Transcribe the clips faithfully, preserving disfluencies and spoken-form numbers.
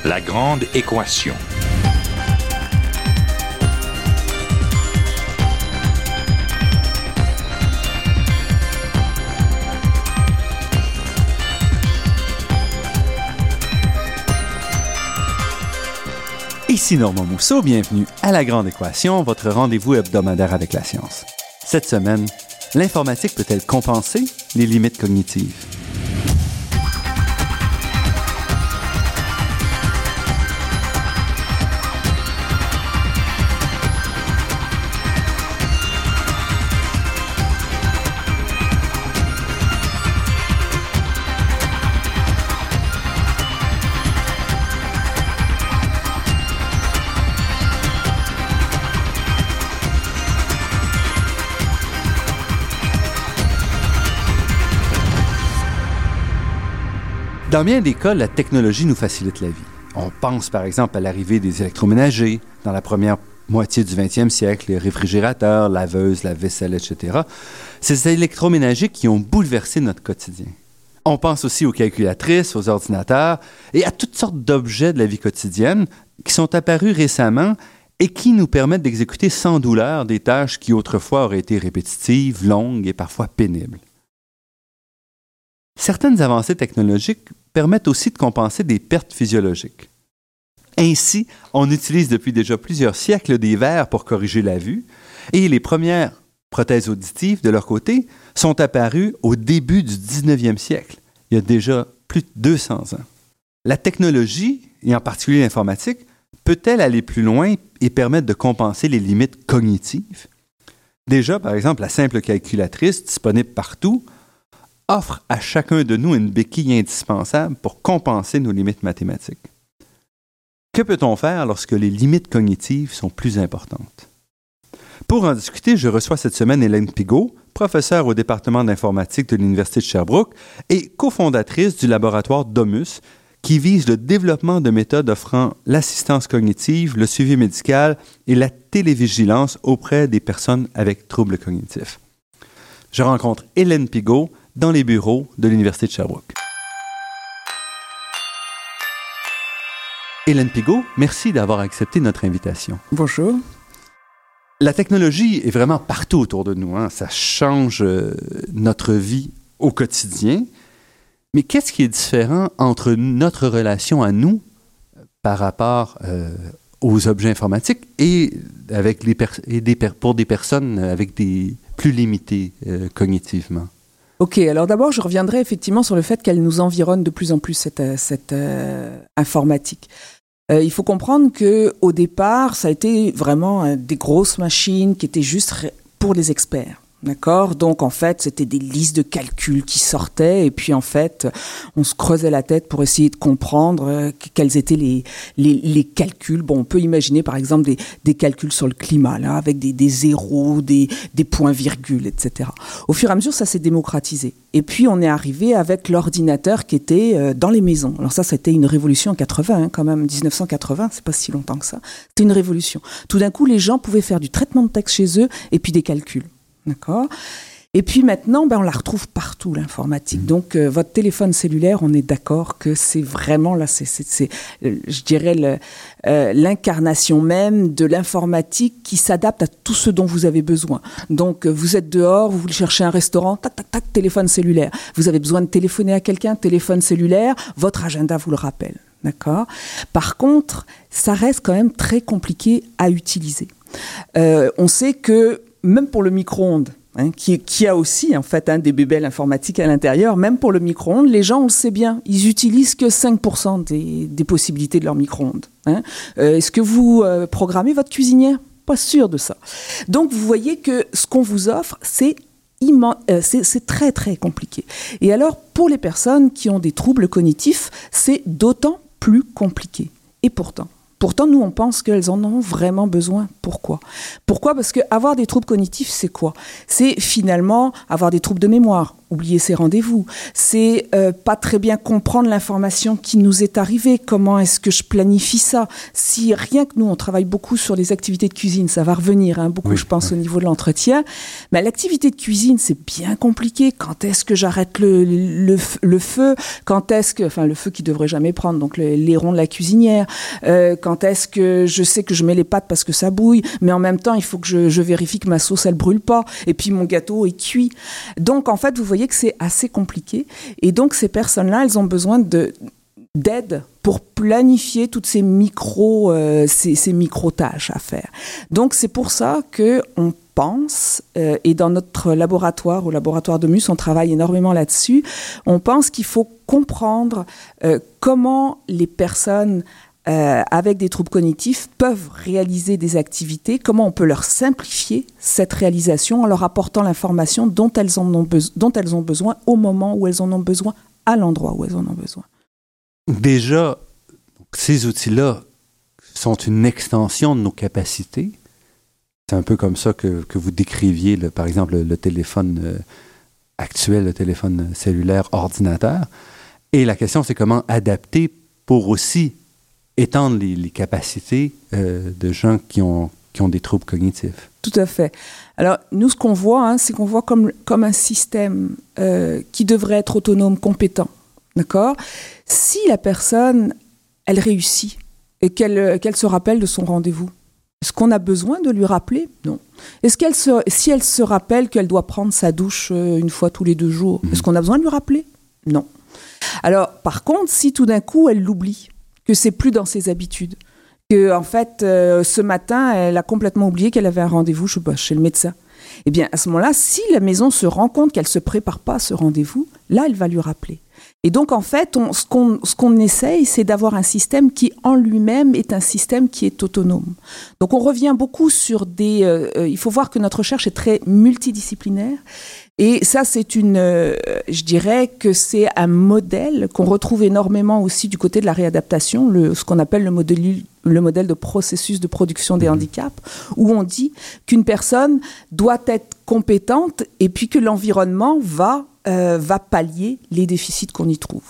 La grande équation. Ici Normand Mousseau, bienvenue à La Grande Équation, votre rendez-vous hebdomadaire avec la science. Cette semaine, l'informatique peut-elle compenser les limites cognitives? Dans bien des cas, la technologie nous facilite la vie. On pense par exemple à l'arrivée des électroménagers dans la première moitié du vingtième siècle, les réfrigérateurs, laveuses, lave-vaisselle, et cetera. Ces électroménagers qui ont bouleversé notre quotidien. On pense aussi aux calculatrices, aux ordinateurs et à toutes sortes d'objets de la vie quotidienne qui sont apparus récemment et qui nous permettent d'exécuter sans douleur des tâches qui autrefois auraient été répétitives, longues et parfois pénibles. Certaines avancées technologiques permettent aussi de compenser des pertes physiologiques. Ainsi, on utilise depuis déjà plusieurs siècles des verres pour corriger la vue et les premières prothèses auditives, de leur côté, sont apparues au début du dix-neuvième siècle, il y a déjà plus de deux cents ans. La technologie, et en particulier l'informatique, peut-elle aller plus loin et permettre de compenser les limites cognitives? Déjà, par exemple, la simple calculatrice, disponible partout, offre à chacun de nous une béquille indispensable pour compenser nos limites mathématiques. Que peut-on faire lorsque les limites cognitives sont plus importantes? Pour en discuter, je reçois cette semaine Hélène Pigault, professeure au département d'informatique de l'Université de Sherbrooke et cofondatrice du laboratoire Domus, qui vise le développement de méthodes offrant l'assistance cognitive, le suivi médical et la télévigilance auprès des personnes avec troubles cognitifs. Je rencontre Hélène Pigault dans les bureaux de l'Université de Sherbrooke. Hélène Pigault, merci d'avoir accepté notre invitation. Bonjour. La technologie est vraiment partout autour de nous, hein? Ça change euh, notre vie au quotidien. Mais qu'est-ce qui est différent entre notre relation à nous par rapport euh, aux objets informatiques et, avec les pers- et des per- pour des personnes avec des plus limitées euh, cognitivement? OK, alors d'abord, je reviendrai effectivement sur le fait qu'elle nous environne de plus en plus, cette, cette euh, informatique. Euh, il faut comprendre qu'au départ, ça a été vraiment euh, des grosses machines qui étaient juste pour les experts. D'accord ? Donc, en fait, c'était des listes de calculs qui sortaient et puis, en fait, on se creusait la tête pour essayer de comprendre euh, quels étaient les, les, les calculs. Bon, on peut imaginer, par exemple, des, des calculs sur le climat, là, avec des, des zéros, des, des points-virgules, et cetera. Au fur et à mesure, ça s'est démocratisé. Et puis, on est arrivé avec l'ordinateur qui était euh, dans les maisons. Alors ça, c'était une révolution en quatre-vingts, hein, quand même, dix-neuf cent quatre-vingts, c'est pas si longtemps que ça. C'était une révolution. Tout d'un coup, les gens pouvaient faire du traitement de texte chez eux et puis des calculs. D'accord. Et puis maintenant, ben, on la retrouve partout, l'informatique. Donc, euh, votre téléphone cellulaire, on est d'accord que c'est vraiment, là, c'est, c'est, c'est euh, je dirais, le, euh, l'incarnation même de l'informatique qui s'adapte à tout ce dont vous avez besoin. Donc, euh, vous êtes dehors, vous voulez chercher un restaurant, tac, tac, tac, téléphone cellulaire. Vous avez besoin de téléphoner à quelqu'un, téléphone cellulaire, votre agenda vous le rappelle. D'accord. Par contre, ça reste quand même très compliqué à utiliser. Euh, on sait que même pour le micro-ondes, hein, qui, qui a aussi en fait hein, des bébelles informatiques à l'intérieur, même pour le micro-ondes, les gens, on le sait bien, ils utilisent que cinq pour cent des, des possibilités de leur micro-ondes. Hein. Euh, est-ce que vous euh, programmez votre cuisinière ? Pas sûr de ça. Donc vous voyez que ce qu'on vous offre, c'est immense, euh, c'est, c'est très très compliqué. Et alors pour les personnes qui ont des troubles cognitifs, c'est d'autant plus compliqué. Et pourtant, Pourtant, nous, on pense qu'elles en ont vraiment besoin. Pourquoi ? Pourquoi ? Parce qu'avoir des troubles cognitifs, c'est quoi ? C'est finalement avoir des troubles de mémoire. oublier ses rendez-vous. C'est euh, pas très bien comprendre l'information qui nous est arrivée. Comment est-ce que je planifie ça? Si rien que nous, on travaille beaucoup sur les activités de cuisine, ça va revenir, hein, beaucoup, oui, je pense, oui. au niveau de l'entretien. Mais l'activité de cuisine, c'est bien compliqué. Quand est-ce que j'arrête le, le, le feu? Quand est-ce que, enfin, le feu qui devrait jamais prendre, donc le, les ronds de la cuisinière. Euh, quand est-ce que je sais que je mets les pâtes parce que ça bouille, mais en même temps, il faut que je, je vérifie que ma sauce, elle brûle pas. Et puis, mon gâteau est cuit. Donc, en fait, vous voyez que c'est assez compliqué. Et donc, ces personnes-là, elles ont besoin de, d'aide pour planifier toutes ces micro, euh, ces, ces micro-tâches à faire. Donc, c'est pour ça qu'on pense, euh, et dans notre laboratoire, au laboratoire de Mus, on travaille énormément là-dessus, on pense qu'il faut comprendre euh, comment les personnes Euh, avec des troubles cognitifs, peuvent réaliser des activités, comment on peut leur simplifier cette réalisation en leur apportant l'information dont elles, en ont, be- dont elles ont besoin au moment où elles en ont besoin, à l'endroit où elles en ont besoin. Déjà, ces outils-là sont une extension de nos capacités. C'est un peu comme ça que, que vous décriviez, le, par exemple, le, le téléphone euh, actuel, le téléphone cellulaire, ordinateur. Et la question, c'est comment adapter pour aussi étendre les, les capacités euh, de gens qui ont, qui ont des troubles cognitifs. Tout à fait. Alors, nous, ce qu'on voit, hein, c'est qu'on voit comme, comme un système euh, qui devrait être autonome, compétent. D'accord ? Si la personne, elle réussit et qu'elle, qu'elle se rappelle de son rendez-vous, est-ce qu'on a besoin de lui rappeler ? Non. Est-ce qu'elle se, si elle se rappelle qu'elle doit prendre sa douche euh, une fois tous les deux jours, mmh. est-ce qu'on a besoin de lui rappeler ? Non. Alors, par contre, si tout d'un coup, elle l'oublie, que c'est plus dans ses habitudes, que en fait euh, ce matin elle a complètement oublié qu'elle avait un rendez-vous, je sais pas, chez le médecin. Eh bien à ce moment-là, si la maison se rend compte qu'elle se prépare pas à ce rendez-vous, là elle va lui rappeler. Et donc en fait, on, ce qu'on ce qu'on essaye, c'est d'avoir un système qui en lui-même est un système qui est autonome. Donc on revient beaucoup sur des. Euh, il faut voir que notre recherche est très multidisciplinaire. Et ça, c'est une, euh, je dirais que c'est un modèle qu'on retrouve énormément aussi du côté de la réadaptation, le, ce qu'on appelle le modèle, le modèle de processus de production des handicaps, où on dit qu'une personne doit être compétente et puis que l'environnement va, euh, va pallier les déficits qu'on y trouve.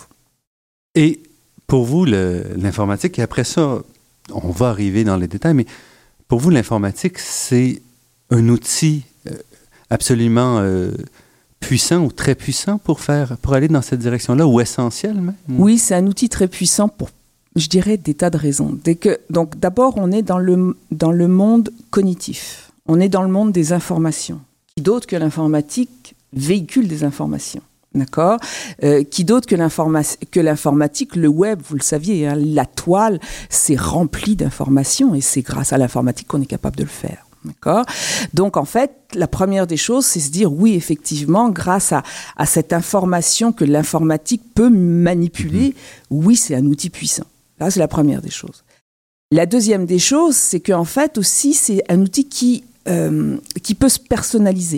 Et pour vous, le, l'informatique, et après ça, on va arriver dans les détails, mais pour vous, l'informatique, c'est un outil euh, absolument euh, puissant ou très puissant pour faire, pour aller dans cette direction-là, ou essentiel même? Oui, c'est un outil très puissant pour, je dirais, des tas de raisons. Dès que, donc d'abord, on est dans le, dans le monde cognitif. On est dans le monde des informations. Qui d'autre que l'informatique véhicule des informations? D'accord. Euh, qui d'autre que, l'informa- que l'informatique, le web, vous le saviez, hein, la toile, c'est rempli d'informations et c'est grâce à l'informatique qu'on est capable de le faire. D'accord. Donc, en fait, la première des choses, c'est se dire, oui, effectivement, grâce à, à cette information que l'informatique peut manipuler, mmh. oui, c'est un outil puissant. Là, c'est la première des choses. La deuxième des choses, c'est qu'en fait, aussi, c'est un outil qui, euh, qui peut se personnaliser.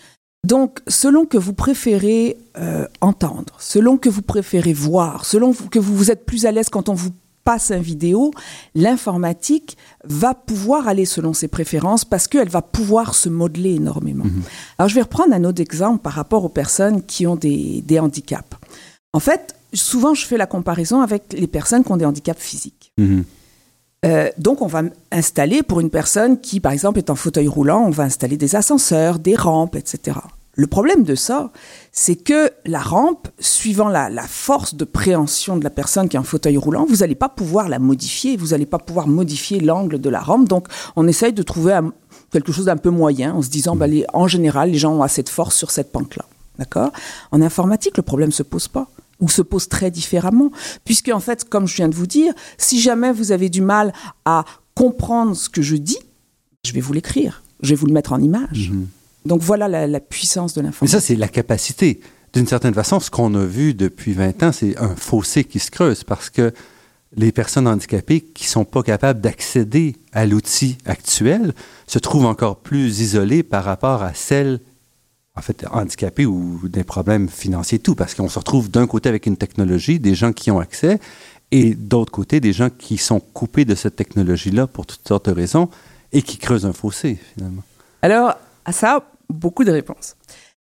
Donc, selon que vous préférez euh, entendre, selon que vous préférez voir, selon que vous, vous êtes plus à l'aise quand on vous passe une vidéo, l'informatique va pouvoir aller selon ses préférences parce qu'elle va pouvoir se modeler énormément. Mmh. Alors, je vais reprendre un autre exemple par rapport aux personnes qui ont des, des handicaps. En fait, souvent, je fais la comparaison avec les personnes qui ont des handicaps physiques. Mmh. Euh, donc, on va installer pour une personne qui, par exemple, est en fauteuil roulant, on va installer des ascenseurs, des rampes, et cetera. Le problème de ça, c'est que la rampe, suivant la, la force de préhension de la personne qui est en fauteuil roulant, vous n'allez pas pouvoir la modifier, vous n'allez pas pouvoir modifier l'angle de la rampe. Donc, on essaye de trouver un, quelque chose d'un peu moyen en se disant, bah, les, en général, les gens ont assez de force sur cette pente-là. D'accord ? En informatique, le problème ne se pose pas, ou se pose très différemment, puisque, en fait, comme je viens de vous dire, si jamais vous avez du mal à comprendre ce que je dis, je vais vous l'écrire, je vais vous le mettre en image. Mmh. Donc voilà la, la puissance de l'informatique. Mais ça, c'est la capacité. D'une certaine façon, ce qu'on a vu depuis vingt ans, c'est un fossé qui se creuse parce que les personnes handicapées qui ne sont pas capables d'accéder à l'outil actuel se trouvent encore plus isolées par rapport à celles, en fait, handicapées ou des problèmes financiers et tout, parce qu'on se retrouve d'un côté avec une technologie, des gens qui ont accès, et d'autre côté, des gens qui sont coupés de cette technologie-là pour toutes sortes de raisons et qui creusent un fossé, finalement. Alors, à ça, beaucoup de réponses.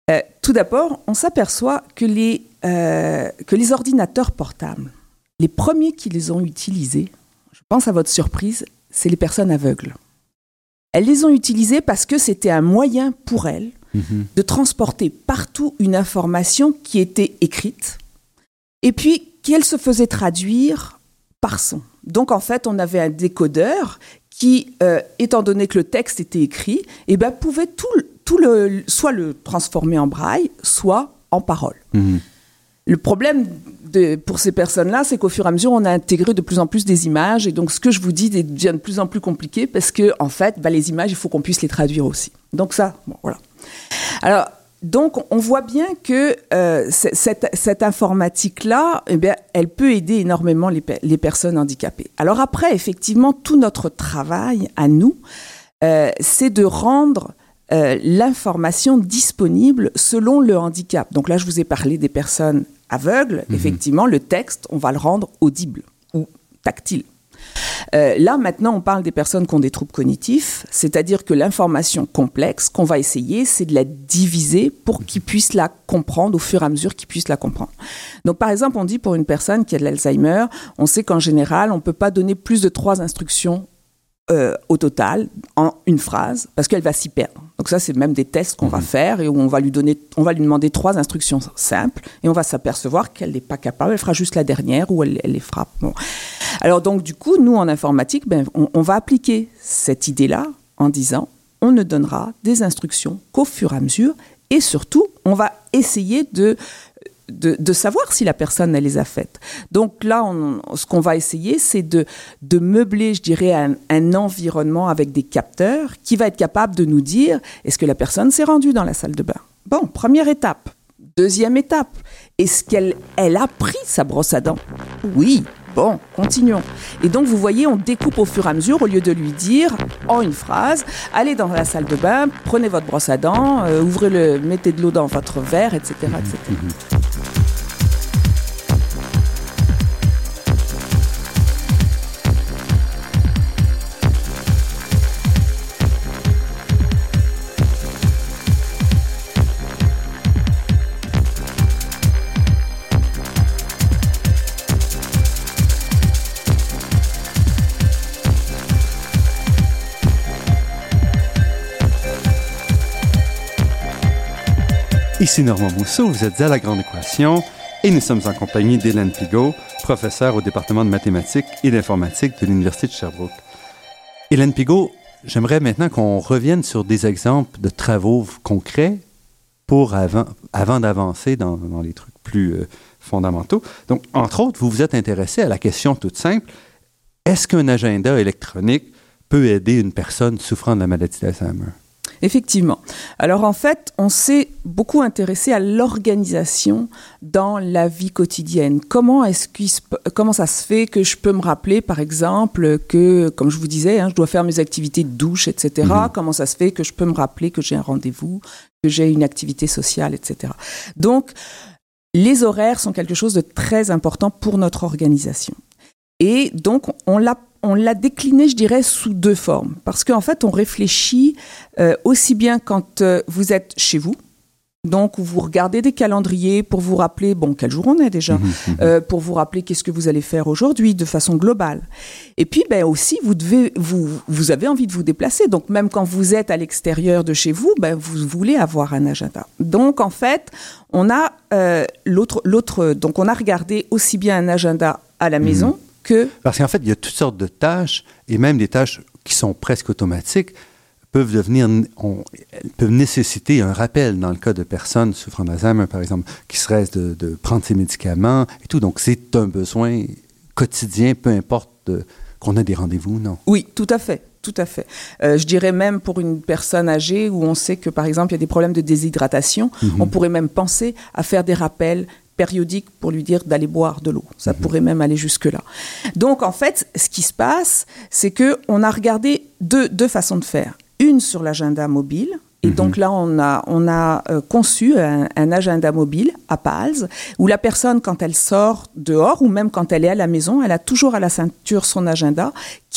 Euh, tout d'abord, on s'aperçoit que les, euh, que les ordinateurs portables, les premiers qui les ont utilisés, je pense à votre surprise, c'est les personnes aveugles. Elles les ont utilisés parce que c'était un moyen pour elles mmh. de transporter partout une information qui était écrite et puis qu'elle se faisait traduire par son. Donc en fait, on avait un décodeur qui, euh, étant donné que le texte était écrit, eh ben, pouvait tout, tout le, soit le transformer en braille, soit en parole. Mmh. Le problème de, pour ces personnes-là, c'est qu'au fur et à mesure, on a intégré de plus en plus des images. Et donc, ce que je vous dis devient de plus en plus compliqué parce que, en fait, bah, les images, il faut qu'on puisse les traduire aussi. Donc ça, bon, voilà. Alors, donc, on voit bien que euh, cette, cette informatique-là, eh bien, elle peut aider énormément les, les personnes handicapées. Alors après, effectivement, tout notre travail à nous, euh, c'est de rendre euh, l'information disponible selon le handicap. Donc là, je vous ai parlé des personnes aveugles. Mmh. Effectivement, le texte, on va le rendre audible ou tactile. Euh, là, maintenant, on parle des personnes qui ont des troubles cognitifs, c'est-à-dire que l'information complexe qu'on va essayer, c'est de la diviser pour qu'ils puissent la comprendre au fur et à mesure qu'ils puissent la comprendre. Donc, par exemple, on dit pour une personne qui a de l'Alzheimer, on sait qu'en général, on ne peut pas donner plus de trois instructions euh, au total en une phrase parce qu'elle va s'y perdre. Donc ça, c'est même des tests qu'on mmh. va faire et où on va lui donner, on va lui demander trois instructions simples et on va s'apercevoir qu'elle n'est pas capable. Elle fera juste la dernière ou elle, elle les fera. Bon. Alors donc du coup, nous en informatique, ben, on, on va appliquer cette idée-là en disant on ne donnera des instructions qu'au fur et à mesure et surtout, on va essayer de De, de savoir si la personne elle les a faites. Donc là, on, ce qu'on va essayer, c'est de, de meubler, je dirais, un, un environnement avec des capteurs qui va être capable de nous dire est-ce que la personne s'est rendue dans la salle de bain. Bon, première étape. Deuxième étape, est-ce qu'elle elle a pris sa brosse à dents? Oui. Bon, continuons. Et donc, vous voyez, on découpe au fur et à mesure, au lieu de lui dire, en une phrase, allez dans la salle de bain, prenez votre brosse à dents, euh, ouvrez-le, mettez de l'eau dans votre verre, et cetera, et cetera. Ici Normand Mousseau, vous êtes à La Grande Équation et nous sommes en compagnie d'Hélène Pigault, professeure au département de mathématiques et d'informatique de l'Université de Sherbrooke. Hélène Pigault, j'aimerais maintenant qu'on revienne sur des exemples de travaux concrets pour avant, avant d'avancer dans, dans les trucs plus euh, fondamentaux. Donc, entre autres, vous vous êtes intéressé à la question toute simple, est-ce qu'un agenda électronique peut aider une personne souffrant de la maladie d'Alzheimer? Effectivement. Alors en fait, on s'est beaucoup intéressé à l'organisation dans la vie quotidienne. Comment est-ce qu'il se, comment ça se fait que je peux me rappeler, par exemple, que, comme je vous disais, hein, je dois faire mes activités de douche, et cetera. Mmh. Comment ça se fait que je peux me rappeler que j'ai un rendez-vous, que j'ai une activité sociale, et cetera. Donc, les horaires sont quelque chose de très important pour notre organisation. Et donc, on l'a On l'a décliné, je dirais, sous deux formes. Parce qu'en fait, on réfléchit euh, aussi bien quand euh, vous êtes chez vous, donc vous regardez des calendriers pour vous rappeler, bon, quel jour on est déjà, mmh, mmh. Euh, pour vous rappeler qu'est-ce que vous allez faire aujourd'hui de façon globale. Et puis, ben aussi, vous devez, vous, vous avez envie de vous déplacer. Donc, même quand vous êtes à l'extérieur de chez vous, ben vous voulez avoir un agenda. Donc, en fait, on a euh, l'autre, l'autre, donc on a regardé aussi bien un agenda à la maison. Mmh. Que... Parce qu'en fait, il y a toutes sortes de tâches, et même des tâches qui sont presque automatiques, peuvent devenir, on, peuvent nécessiter un rappel dans le cas de personnes souffrant d'Alzheimer, par exemple, qui serait de, de prendre ses médicaments et tout. Donc, c'est un besoin quotidien, peu importe de, qu'on ait des rendez-vous ou non. Oui, tout à fait. Tout à fait. Euh, je dirais même pour une personne âgée où on sait que, par exemple, il y a des problèmes de déshydratation, mm-hmm. on pourrait même penser à faire des rappels périodique pour lui dire d'aller boire de l'eau. Ça mmh. pourrait même aller jusque-là. Donc, en fait, ce qui se passe, c'est qu'on a regardé deux, deux façons de faire. Une sur l'agenda mobile. Et mmh. donc là, on a, on a euh, conçu un, un agenda mobile à Pals, où la personne, quand elle sort dehors, ou même quand elle est à la maison, elle a toujours à la ceinture son agenda,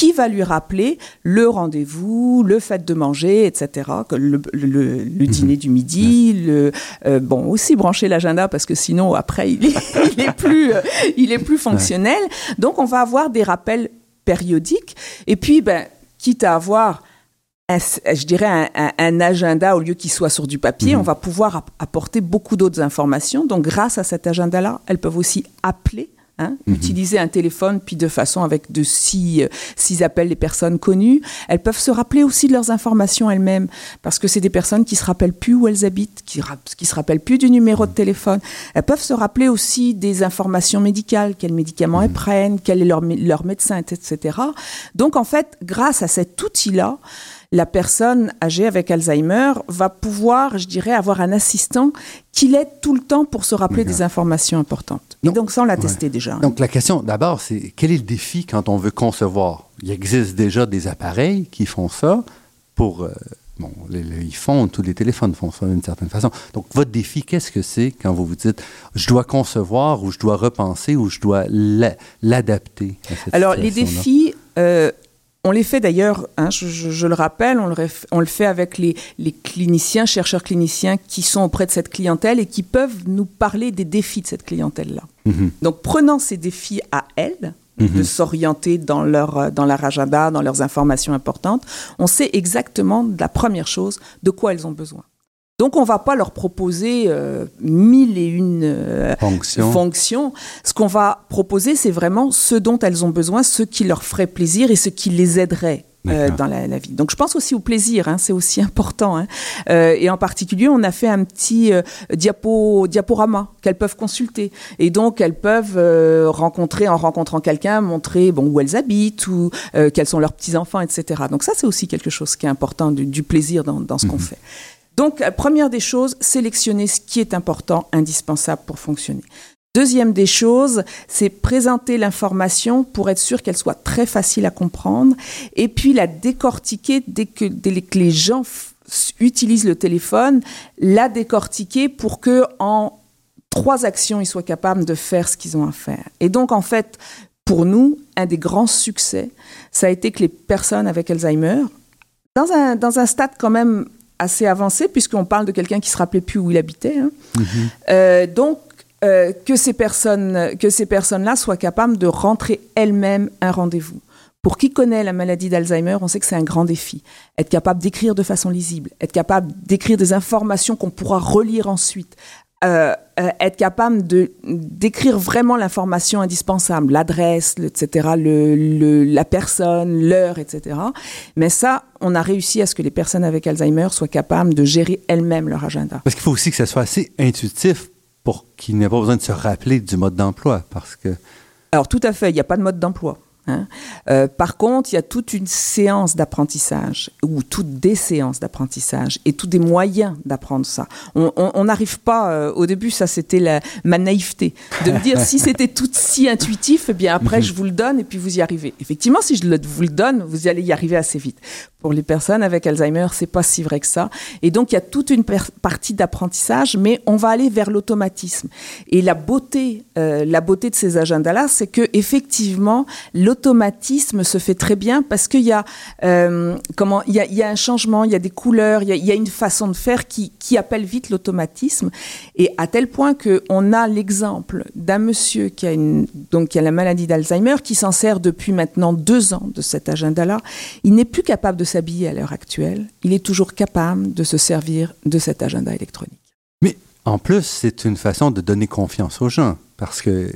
qui va lui rappeler le rendez-vous, le fait de manger, et cetera, le, le, le, le dîner du midi, le, euh, bon, aussi brancher l'agenda parce que sinon, après, il est, il est, plus, euh, il est plus fonctionnel. Donc, on va avoir des rappels périodiques. Et puis, ben, quitte à avoir un, je dirais un, un, un agenda au lieu qu'il soit sur du papier, mmh. on va pouvoir apporter beaucoup d'autres informations. Donc, grâce à cet agenda-là, elles peuvent aussi appeler, hein, mmh. utiliser un téléphone, puis de façon avec de six, six appels les personnes connues. Elles peuvent se rappeler aussi de leurs informations elles-mêmes, parce que c'est des personnes qui se rappellent plus où elles habitent, qui, qui se rappellent plus du numéro de téléphone. Elles peuvent se rappeler aussi des informations médicales, quels médicaments mmh. elles prennent, quel est leur, leur médecin, et cetera. Donc, en fait, grâce à cet outil-là, la personne âgée avec Alzheimer va pouvoir, je dirais, avoir un assistant qui l'aide tout le temps pour se rappeler D'accord. des informations importantes. Donc, Et donc ça, on l'a ouais. testé déjà. Donc la question, d'abord, c'est quel est le défi quand on veut concevoir? Il existe déjà des appareils qui font ça pour... Euh, bon, les, les iPhones, tous les téléphones font ça d'une certaine façon. Donc votre défi, qu'est-ce que c'est quand vous vous dites « je dois concevoir » ou « je dois repenser » ou « je dois la, l'adapter » à cette Alors les défis... Euh, On les fait d'ailleurs, hein, je, je, je le rappelle, on le, ref, on le fait avec les, les cliniciens, chercheurs cliniciens qui sont auprès de cette clientèle et qui peuvent nous parler des défis de cette clientèle-là. Mm-hmm. Donc, prenant ces défis à elles, mm-hmm. de s'orienter dans leur, dans leur agenda, dans leurs informations importantes, on sait exactement, la première chose, de quoi elles ont besoin. Donc, on ne va pas leur proposer euh, mille et une euh, Fonction. fonctions. Ce qu'on va proposer, c'est vraiment ce dont elles ont besoin, ce qui leur ferait plaisir et ce qui les aiderait euh, dans la, la vie. Donc, je pense aussi au plaisir, hein, c'est aussi important. Hein. Euh, et en particulier, on a fait un petit euh, diapo, diaporama qu'elles peuvent consulter. Et donc, elles peuvent euh, rencontrer, en rencontrant quelqu'un, montrer bon, où elles habitent, ou euh, quels sont leurs petits-enfants, et cetera. Donc, ça, c'est aussi quelque chose qui est important, du, du plaisir dans, dans ce mmh. qu'on fait. Donc, première des choses, sélectionner ce qui est important, indispensable pour fonctionner. Deuxième des choses, c'est présenter l'information pour être sûr qu'elle soit très facile à comprendre et puis la décortiquer dès que, dès que les gens f- utilisent le téléphone, la décortiquer pour que en trois actions, ils soient capables de faire ce qu'ils ont à faire. Et donc, en fait, pour nous, un des grands succès, ça a été que les personnes avec Alzheimer, dans un, dans un stade quand même assez avancé, puisqu'on parle de quelqu'un qui ne se rappelait plus où il habitait. Hein. Mm-hmm. Euh, donc, euh, que ces personnes, que ces personnes-là soient capables de rentrer elles-mêmes un rendez-vous. Pour qui connaît la maladie d'Alzheimer, on sait que c'est un grand défi. Être capable d'écrire de façon lisible, être capable d'écrire des informations qu'on pourra relire ensuite, euh, euh, être capable de, d'écrire vraiment l'information indispensable, l'adresse, le, et cetera, le, le, la personne, l'heure, et cetera. Mais ça, on a réussi à ce que les personnes avec Alzheimer soient capables de gérer elles-mêmes leur agenda. Parce qu'il faut aussi que ça soit assez intuitif pour qu'il n'ait pas besoin de se rappeler du mode d'emploi. Parce que... Alors, tout à fait, il n'y a pas de mode d'emploi. Hein. Euh, par contre, il y a toute une séance d'apprentissage ou toutes des séances d'apprentissage et tous des moyens d'apprendre ça. On n'arrive pas, euh, au début, ça c'était la, ma naïveté, de me dire si c'était tout si intuitif, eh bien après je vous le donne et puis vous y arrivez. Effectivement, si je le, vous le donne, vous allez y arriver assez vite. Pour les personnes avec Alzheimer, c'est pas si vrai que ça. Et donc, il y a toute une per- partie d'apprentissage, mais on va aller vers l'automatisme. Et la beauté, euh, la beauté de ces agendas-là, c'est que effectivement, l'automatisme se fait très bien parce qu'il y a, euh, comment, il y a, il y a un changement, il y a des couleurs, il y a, il y a une façon de faire qui, qui appelle vite l'automatisme. Et à tel point que on a l'exemple d'un monsieur qui a une, donc qui a la maladie d'Alzheimer, qui s'en sert depuis maintenant deux ans de cet agenda-là. Il n'est plus capable de s'habiller à l'heure actuelle, il est toujours capable de se servir de cet agenda électronique. Mais en plus, c'est une façon de donner confiance aux gens, parce qu'ils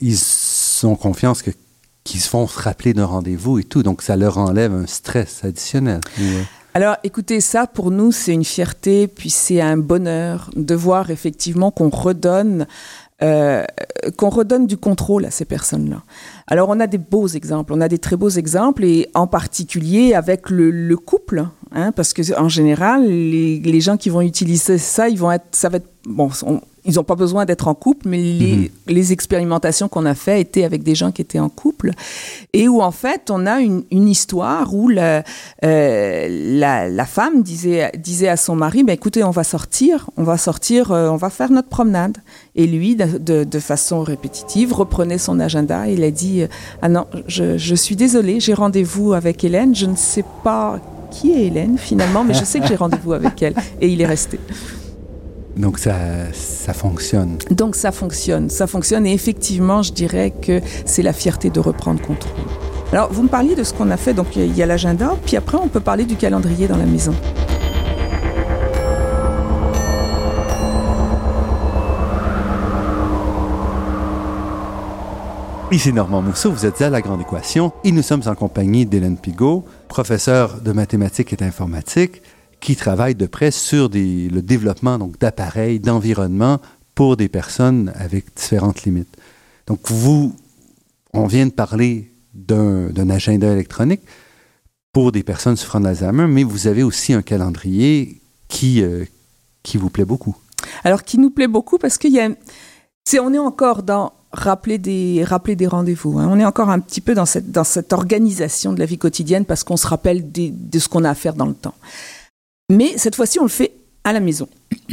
ont confiance que, qu'ils se font se rappeler d'un rendez-vous et tout, donc ça leur enlève un stress additionnel. Ouais. Alors, écoutez, ça, pour nous, c'est une fierté, puis c'est un bonheur de voir effectivement qu'on redonne Euh, qu'on redonne du contrôle à ces personnes-là. Alors, on a des beaux exemples, on a des très beaux exemples, et en particulier avec le, le couple, hein, parce que en général, les, les gens qui vont utiliser ça, ils vont être, ça va être bon, on, ils n'ont pas besoin d'être en couple, mais les, mmh. les expérimentations qu'on a faites étaient avec des gens qui étaient en couple, et où en fait on a une, une histoire où la, euh, la, la femme disait, disait à son mari, ben, écoutez, on va sortir, on va sortir, euh, on va faire notre promenade. Et lui, de, de, de façon répétitive, reprenait son agenda et il a dit, ah non, je, je suis désolée, j'ai rendez-vous avec Hélène, je ne sais pas qui est Hélène finalement, mais je sais que j'ai rendez-vous avec elle. Et il est resté. Donc ça, ça fonctionne. Donc ça fonctionne, ça fonctionne et effectivement, je dirais que c'est la fierté de reprendre contrôle. Alors, vous me parliez de ce qu'on a fait, donc il y a l'agenda, puis après on peut parler du calendrier dans la maison. Ici Normand Mousseau, vous êtes à La Grande Équation et nous sommes en compagnie d'Hélène Pigault, professeure de mathématiques et d'informatique, qui travaille de près sur des, le développement donc, d'appareils, d'environnement pour des personnes avec différentes limites. Donc, vous, on vient de parler d'un, d'un agenda électronique pour des personnes souffrant d'Alzheimer, mais vous avez aussi un calendrier qui, euh, qui vous plaît beaucoup. Alors, qui nous plaît beaucoup parce qu'il y a... C'est, on est encore dans rappeler des, rappeler des rendez-vous. Hein. On est encore un petit peu dans cette, dans cette organisation de la vie quotidienne parce qu'on se rappelle des, de ce qu'on a à faire dans le temps. Mais cette fois-ci, on le fait à la maison.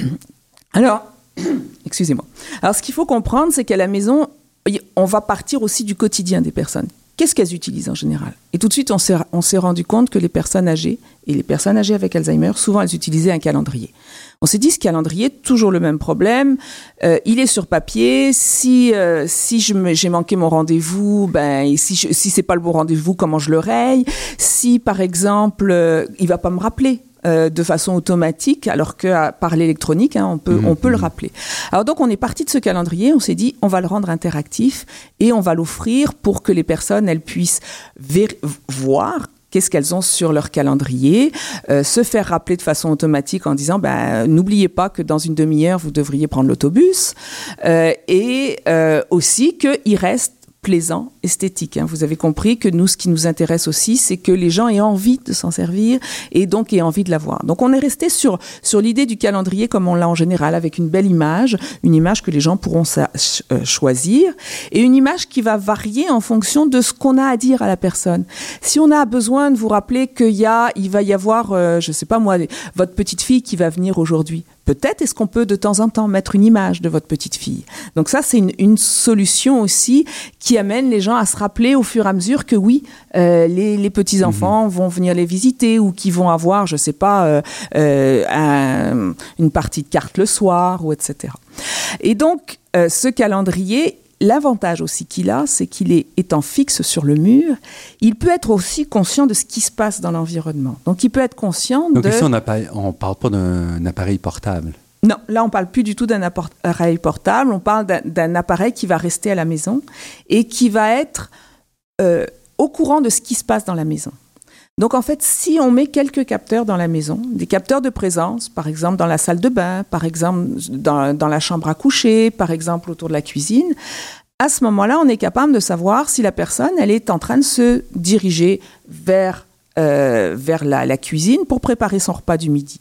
Alors, excusez-moi. Alors, ce qu'il faut comprendre, c'est qu'à la maison, on va partir aussi du quotidien des personnes. Qu'est-ce qu'elles utilisent en général ? Et tout de suite, on s'est, on s'est rendu compte que les personnes âgées, et les personnes âgées avec Alzheimer, souvent, elles utilisaient un calendrier. On s'est dit, ce calendrier, toujours le même problème. Euh, il est sur papier. Si euh, si je me, j'ai manqué mon rendez-vous, ben si je, si c'est pas le bon rendez-vous, comment je le raye ? Si par exemple, euh, il va pas me rappeler euh, de façon automatique, alors que à, par l'électronique, hein, on peut mmh, on peut mmh. le rappeler. Alors donc on est parti de ce calendrier. On s'est dit, on va le rendre interactif et on va l'offrir pour que les personnes elles puissent ver- voir. Qu'est-ce qu'elles ont sur leur calendrier, euh, se faire rappeler de façon automatique en disant ben, n'oubliez pas que dans une demi-heure, vous devriez prendre l'autobus euh, et euh, aussi qu'il reste plaisant, esthétique. Hein. Vous avez compris que nous, ce qui nous intéresse aussi, c'est que les gens aient envie de s'en servir et donc aient envie de l'avoir. Donc, on est resté sur, sur l'idée du calendrier comme on l'a en général, avec une belle image, une image que les gens pourront sa- euh, choisir et une image qui va varier en fonction de ce qu'on a à dire à la personne. Si on a besoin de vous rappeler qu'il y a, il va y avoir, euh, je sais pas moi, votre petite fille qui va venir aujourd'hui, peut-être est-ce qu'on peut de temps en temps mettre une image de votre petite fille. Donc ça, c'est une, une solution aussi qui amène les gens à se rappeler au fur et à mesure que oui, euh, les, les petits-enfants mmh. vont venir les visiter ou qui vont avoir, je sais pas, euh, euh, un, une partie de cartes le soir ou et cetera. Et donc, euh, ce calendrier, l'avantage aussi qu'il a, c'est qu'il est étant fixe sur le mur, il peut être aussi conscient de ce qui se passe dans l'environnement. Donc, il peut être conscient Donc, de... ici, on ne parle pas d'un appareil portable. Non, là, on ne parle plus du tout d'un appareil portable. On parle d'un, d'un appareil qui va rester à la maison et qui va être euh, au courant de ce qui se passe dans la maison. Donc, en fait, si on met quelques capteurs dans la maison, des capteurs de présence, par exemple dans la salle de bain, par exemple dans, dans la chambre à coucher, par exemple autour de la cuisine, à ce moment-là, on est capable de savoir si la personne, elle est en train de se diriger vers, euh, vers la, la cuisine pour préparer son repas du midi.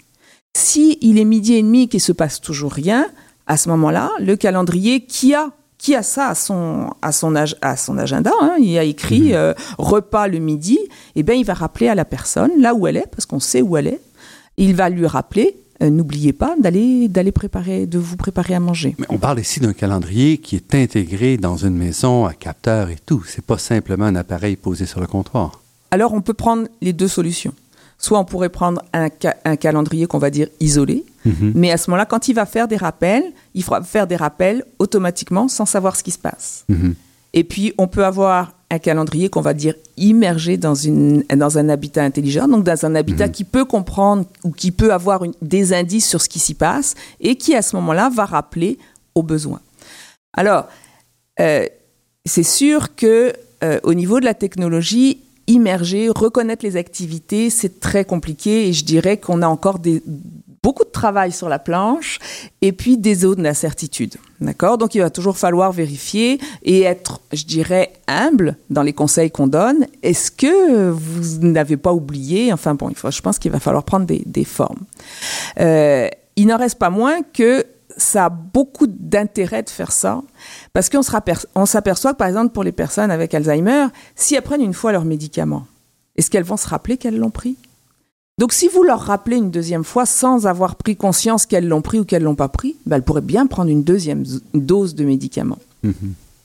Si il est midi et demi et qu'il ne se passe toujours rien, à ce moment-là, le calendrier qui a qui a ça à son, à son, ag- à son agenda, hein, il a écrit mmh. euh, repas le midi, eh bien, il va rappeler à la personne, là où elle est, parce qu'on sait où elle est, il va lui rappeler, euh, n'oubliez pas d'aller, d'aller préparer, de vous préparer à manger. Mais on parle ici d'un calendrier qui est intégré dans une maison à capteur et tout. C'est pas simplement un appareil posé sur le comptoir. Alors, on peut prendre les deux solutions. Soit on pourrait prendre un, ca- un calendrier qu'on va dire isolé, mmh. mais à ce moment-là, quand il va faire des rappels, il fera faire des rappels automatiquement sans savoir ce qui se passe. Mmh. Et puis, on peut avoir un calendrier qu'on va dire immergé dans, une, dans un habitat intelligent, donc dans un habitat mmh. qui peut comprendre ou qui peut avoir une, des indices sur ce qui s'y passe et qui, à ce moment-là, va rappeler aux besoins. Alors, euh, c'est sûr que euh, au niveau de la technologie, immerger, reconnaître les activités, c'est très compliqué et je dirais qu'on a encore des, beaucoup de travail sur la planche et puis des zones d'incertitude. D'accord ? Donc, il va toujours falloir vérifier et être, je dirais, humble dans les conseils qu'on donne. Est-ce que vous n'avez pas oublié ? Enfin bon, il faut, je pense qu'il va falloir prendre des, des formes. Euh, il n'en reste pas moins que ça a beaucoup d'intérêt de faire ça, parce qu'on se raper- on s'aperçoit que, par exemple, pour les personnes avec Alzheimer, si elles prennent une fois leurs médicaments, est-ce qu'elles vont se rappeler qu'elles l'ont pris ? Donc, si vous leur rappelez une deuxième fois sans avoir pris conscience qu'elles l'ont pris ou qu'elles ne l'ont pas pris, ben, elles pourraient bien prendre une deuxième z- dose de médicaments. Mm-hmm.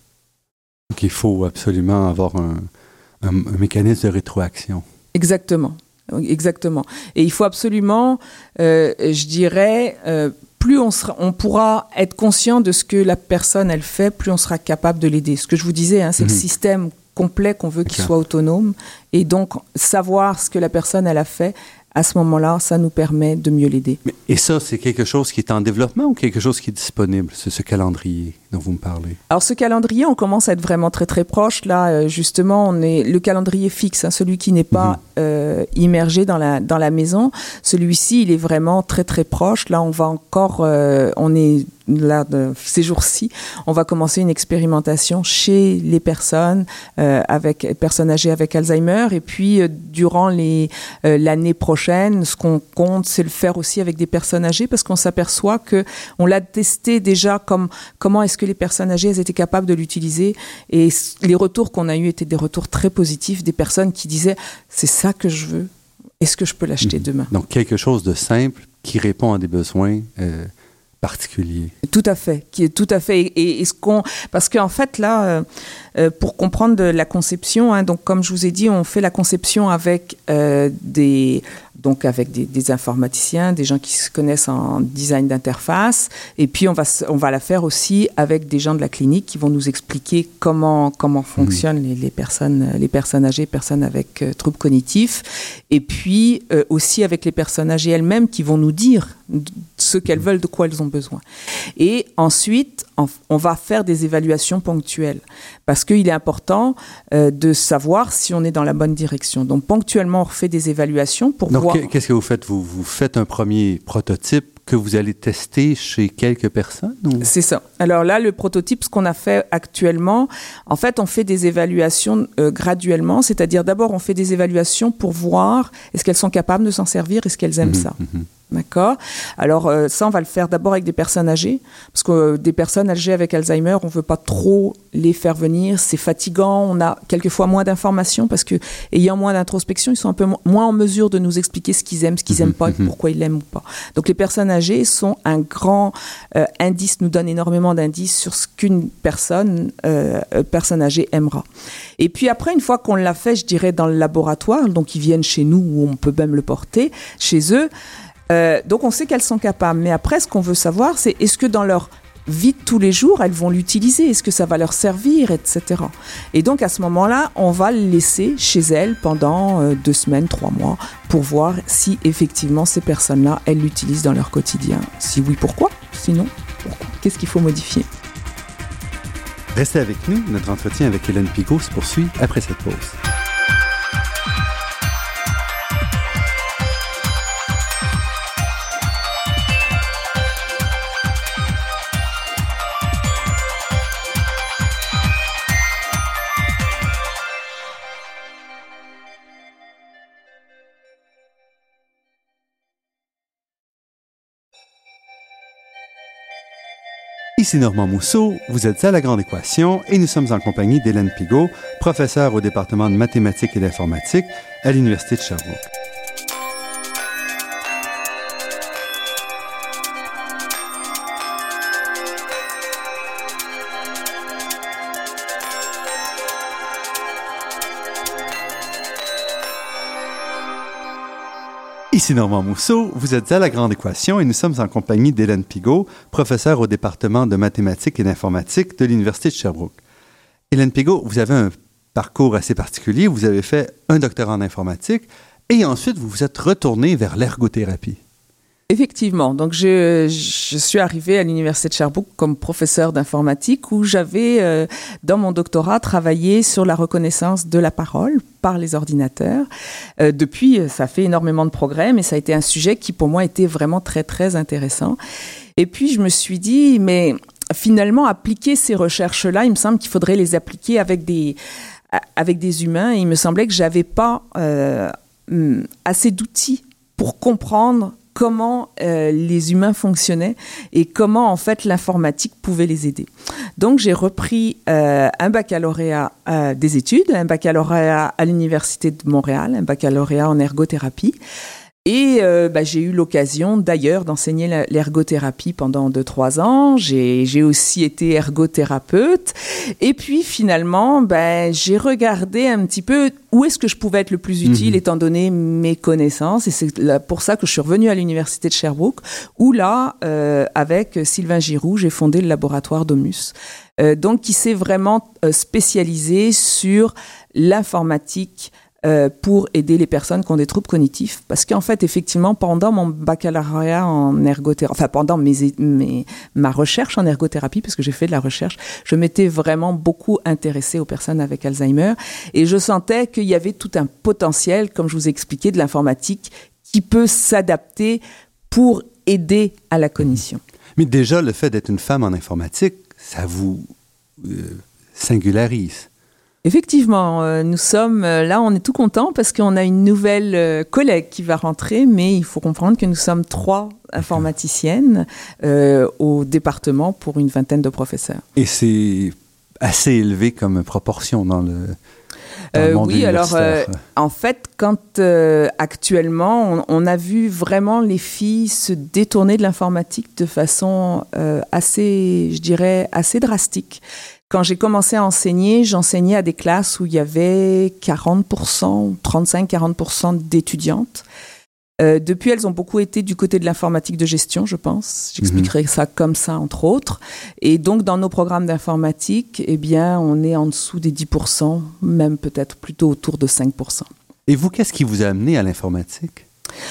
Donc, il faut absolument avoir un, un, un mécanisme de rétroaction. Exactement. Exactement. Et il faut absolument, euh, je dirais, euh, plus on, sera, on pourra être conscient de ce que la personne, elle fait, plus on sera capable de l'aider. Ce que je vous disais, hein, c'est mm-hmm. le système complet qu'on veut qu'il soit autonome. Et donc, savoir ce que la personne, elle a fait, à ce moment-là, ça nous permet de mieux l'aider. Et ça, c'est quelque chose qui est en développement ou quelque chose qui est disponible, c'est ce calendrier dont vous me parlez? Alors, ce calendrier, on commence à être vraiment très, très proche. Là, justement, on est le calendrier fixe, hein, celui qui n'est pas mm-hmm. euh, immergé dans la, dans la maison. Celui-ci, il est vraiment très, très proche. Là, on va encore... Euh, on est... Là, de, ces jours-ci, on va commencer une expérimentation chez les personnes euh, avec personnes âgées avec Alzheimer. Et puis, euh, durant les, euh, l'année prochaine, ce qu'on compte, c'est le faire aussi avec des personnes âgées, parce qu'on s'aperçoit que on l'a testé déjà comme comment est-ce que les personnes âgées elles étaient capables de l'utiliser. Et les retours qu'on a eus étaient des retours très positifs, des personnes qui disaient « c'est ça que je veux, est-ce que je peux l'acheter mmh. demain ?» Donc, quelque chose de simple qui répond à des besoins euh particulier. Tout à fait, qui est tout à fait. Et, et ce qu'on, parce qu'en fait là, euh, pour comprendre de la conception, hein, donc comme je vous ai dit, on fait la conception avec euh, des, donc avec des, des informaticiens, des gens qui se connaissent en design d'interface, et puis on va on va la faire aussi avec des gens de la clinique qui vont nous expliquer comment comment fonctionnent mmh. les, les personnes les personnes âgées, personnes avec euh, troubles cognitifs, et puis euh, aussi avec les personnes âgées elles-mêmes qui vont nous dire ce qu'elles veulent, de quoi elles ont besoin. Et ensuite, on va faire des évaluations ponctuelles, parce qu'il est important euh, de savoir si on est dans la bonne direction. Donc, ponctuellement, on refait des évaluations pour Donc, voir... Donc, qu'est-ce que vous faites? Vous, vous faites un premier prototype que vous allez tester chez quelques personnes? Ou? C'est ça. Alors là, le prototype, ce qu'on a fait actuellement, en fait, on fait des évaluations euh, graduellement, c'est-à-dire d'abord, on fait des évaluations pour voir est-ce qu'elles sont capables de s'en servir, est-ce qu'elles aiment mmh, ça. Mmh. D'accord. Alors euh, ça, on va le faire d'abord avec des personnes âgées, parce que euh, des personnes âgées avec Alzheimer, on veut pas trop les faire venir, c'est fatigant, on a quelquefois moins d'informations, parce que ayant moins d'introspection, ils sont un peu mo- moins en mesure de nous expliquer ce qu'ils aiment, ce qu'ils mmh, aiment pas, mmh. et pourquoi ils l'aiment ou pas. Donc les personnes âgées sont un grand euh, indice, nous donnent énormément d'indices sur ce qu'une personne, euh, personne âgée aimera. Et puis après, une fois qu'on l'a fait, je dirais dans le laboratoire, donc ils viennent chez nous, où on peut même le porter, chez eux. Euh, donc on sait qu'elles sont capables, mais après ce qu'on veut savoir, c'est est-ce que dans leur vie de tous les jours, elles vont l'utiliser, est-ce que ça va leur servir, et cetera. Et donc à ce moment-là, on va le laisser chez elles pendant euh, deux semaines, trois mois, pour voir si effectivement ces personnes-là, elles l'utilisent dans leur quotidien. Si oui, pourquoi? Sinon, pourquoi? Qu'est-ce qu'il faut modifier? Restez avec nous, notre entretien avec Hélène Pigault se poursuit après cette pause. Ici Normand Mousseau, vous êtes à La Grande Équation et nous sommes en compagnie d'Hélène Pigault, professeure au département de mathématiques et d'informatique à l'Université de Sherbrooke. Ici Normand Mousseau, vous êtes à La Grande Équation et nous sommes en compagnie d'Hélène Pigault, professeure au département de mathématiques et d'informatique de l'Université de Sherbrooke. Hélène Pigault, vous avez un parcours assez particulier. Vous avez fait un doctorat en informatique et ensuite vous vous êtes retournée vers l'ergothérapie. Effectivement. Donc, je, je suis arrivée à l'Université de Sherbrooke comme professeure d'informatique où j'avais, euh, dans mon doctorat, travaillé sur la reconnaissance de la parole par les ordinateurs. Euh, depuis, ça fait énormément de progrès, mais ça a été un sujet qui, pour moi, était vraiment très, très intéressant. Et puis, je me suis dit, mais finalement, appliquer ces recherches-là, il me semble qu'il faudrait les appliquer avec des, avec des humains. Et il me semblait que j'avais pas euh, assez d'outils pour comprendre comment euh, les humains fonctionnaient et comment en fait l'informatique pouvait les aider. Donc j'ai repris euh, un baccalauréat euh, des études, un baccalauréat à l'Université de Montréal, un baccalauréat en ergothérapie. Et euh, bah, j'ai eu l'occasion d'ailleurs d'enseigner la, l'ergothérapie pendant deux trois ans. J'ai, j'ai aussi été ergothérapeute. Et puis finalement, bah, j'ai regardé un petit peu où est-ce que je pouvais être le plus utile, mmh. étant donné mes connaissances. Et c'est là, pour ça que je suis revenue à l'Université de Sherbrooke, où là, euh, avec Sylvain Giroux, j'ai fondé le laboratoire Domus. Euh, donc, qui s'est vraiment euh, spécialisé sur l'informatique Euh, pour aider les personnes qui ont des troubles cognitifs. Parce qu'en fait, effectivement, pendant mon baccalauréat en ergothérapie, enfin pendant mes, mes, ma recherche en ergothérapie, parce que j'ai fait de la recherche, je m'étais vraiment beaucoup intéressée aux personnes avec Alzheimer et je sentais qu'il y avait tout un potentiel, comme je vous ai expliqué, de l'informatique qui peut s'adapter pour aider à la cognition. Mais déjà, le fait d'être une femme en informatique, ça vous euh, singularise. Effectivement, euh, nous sommes euh, là, on est tout contents parce qu'on a une nouvelle euh, collègue qui va rentrer, mais il faut comprendre que nous sommes trois informaticiennes euh, au département pour une vingtaine de professeurs. Et c'est assez élevé comme proportion dans le, dans euh, le monde oui, universitaire. alors euh, en fait, quand euh, actuellement, on, on a vu vraiment les filles se détourner de l'informatique de façon euh, assez, je dirais, assez drastique. Quand j'ai commencé à enseigner, j'enseignais à des classes où il y avait quarante pour cent, trente-cinq à quarante pour cent d'étudiantes. Euh, depuis, elles ont beaucoup été du côté de l'informatique de gestion, je pense. J'expliquerai mmh. ça comme ça, entre autres. Et donc, dans nos programmes d'informatique, eh bien, on est en dessous des dix pour cent, même peut-être plutôt autour de cinq pour cent. Et vous, qu'est-ce qui vous a amené à l'informatique?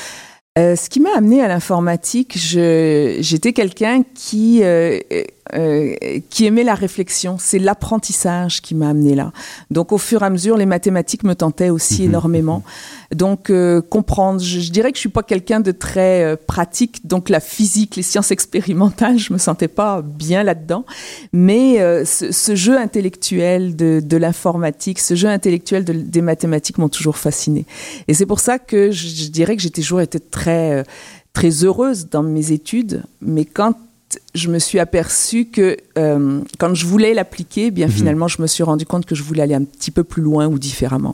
Euh, ce qui m'a amené à l'informatique, je, j'étais quelqu'un qui, euh, euh, qui aimait la réflexion. C'est l'apprentissage qui m'a amené là. Donc, au fur et à mesure, les mathématiques me tentaient aussi mmh. énormément. Donc, euh, comprendre, je, je dirais que je suis pas quelqu'un de très euh, pratique. Donc, la physique, les sciences expérimentales, je me sentais pas bien là-dedans. Mais euh, ce, ce jeu intellectuel de, de l'informatique, ce jeu intellectuel de, des mathématiques m'ont toujours fasciné. Et c'est pour ça que je, je dirais que j'ai toujours été très, très heureuse dans mes études. Mais quand je me suis aperçue que euh, quand je voulais l'appliquer, bien mmh. finalement, je me suis rendu compte que je voulais aller un petit peu plus loin ou différemment.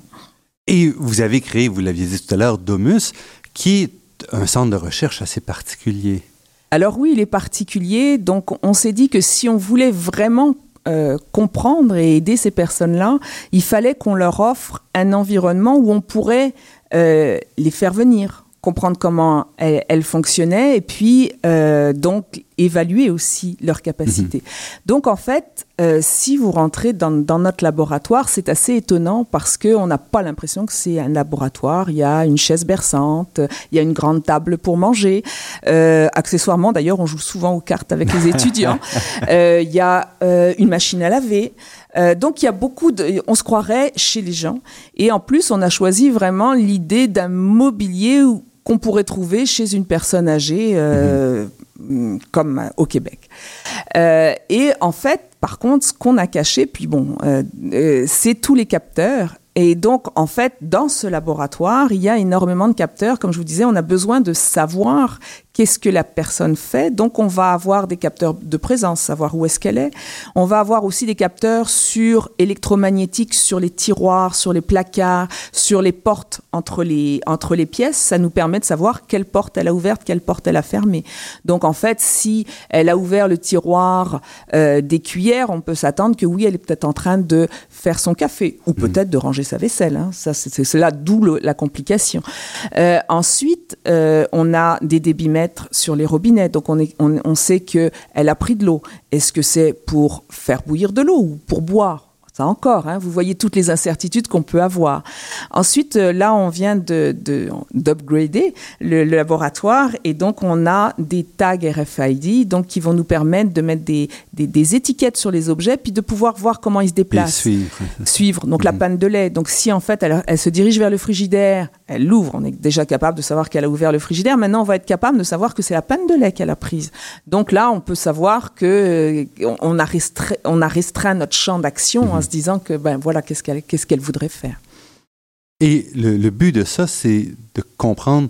Et vous avez créé, vous l'aviez dit tout à l'heure, Domus, qui est un centre de recherche assez particulier. Alors oui, il est particulier. Donc, on s'est dit que si on voulait vraiment euh, comprendre et aider ces personnes-là, il fallait qu'on leur offre un environnement où on pourrait euh, les faire venir, comprendre comment elles, elles fonctionnaient et puis euh, donc évaluer aussi leurs capacités. Mmh. Donc en fait, euh, si vous rentrez dans, dans notre laboratoire, c'est assez étonnant parce qu'on n'a pas l'impression que c'est un laboratoire. Il y a une chaise berçante, il y a une grande table pour manger. Euh, accessoirement, d'ailleurs, on joue souvent aux cartes avec les étudiants. Euh, il y a euh, une machine à laver. Euh, donc il y a beaucoup de, on se croirait chez les gens. Et en plus, on a choisi vraiment l'idée d'un mobilier où, qu'on pourrait trouver chez une personne âgée, euh, mmh. comme au Québec. Euh, et en fait, par contre, ce qu'on a caché, puis bon, euh, euh, c'est tous les capteurs. Et donc, en fait, dans ce laboratoire, il y a énormément de capteurs. Comme je vous disais, on a besoin de savoir qu'est-ce que la personne fait. Donc, on va avoir des capteurs de présence, savoir où est-ce qu'elle est. On va avoir aussi des capteurs sur électromagnétiques, sur les tiroirs, sur les placards, sur les portes entre les, entre les pièces. Ça nous permet de savoir quelle porte elle a ouverte, quelle porte elle a fermée. Donc, en fait, si elle a ouvert le tiroir euh, des cuillères, on peut s'attendre que oui, elle est peut-être en train de faire son café ou peut-être de ranger sa vaisselle. Hein. Ça, c'est, c'est là d'où le, la complication. Euh, ensuite, euh, on a des débitmètres sur les robinets. Donc, on, est, on, on sait qu'elle a pris de l'eau. Est-ce que c'est pour faire bouillir de l'eau ou pour boire? Ça encore, hein, vous voyez toutes les incertitudes qu'on peut avoir. Ensuite, euh, là, on vient de, de, d'upgrader le, le laboratoire et donc on a des tags R F I D donc, qui vont nous permettre de mettre des, des, des étiquettes sur les objets puis de pouvoir voir comment ils se déplacent. Et suivre. Suivre. Donc, mmh. la panne de lait. Donc, si en fait, elle, elle se dirige vers le frigidaire, elle l'ouvre, on est déjà capable de savoir qu'elle a ouvert le frigidaire. Maintenant, on va être capable de savoir que c'est la panne de lait qu'elle a prise. Donc là, on peut savoir que euh, on, a restreint, on a restreint notre champ d'action mmh. en se disant que, ben voilà, qu'est-ce qu'elle, qu'est-ce qu'elle voudrait faire. Et le, le but de ça, c'est de comprendre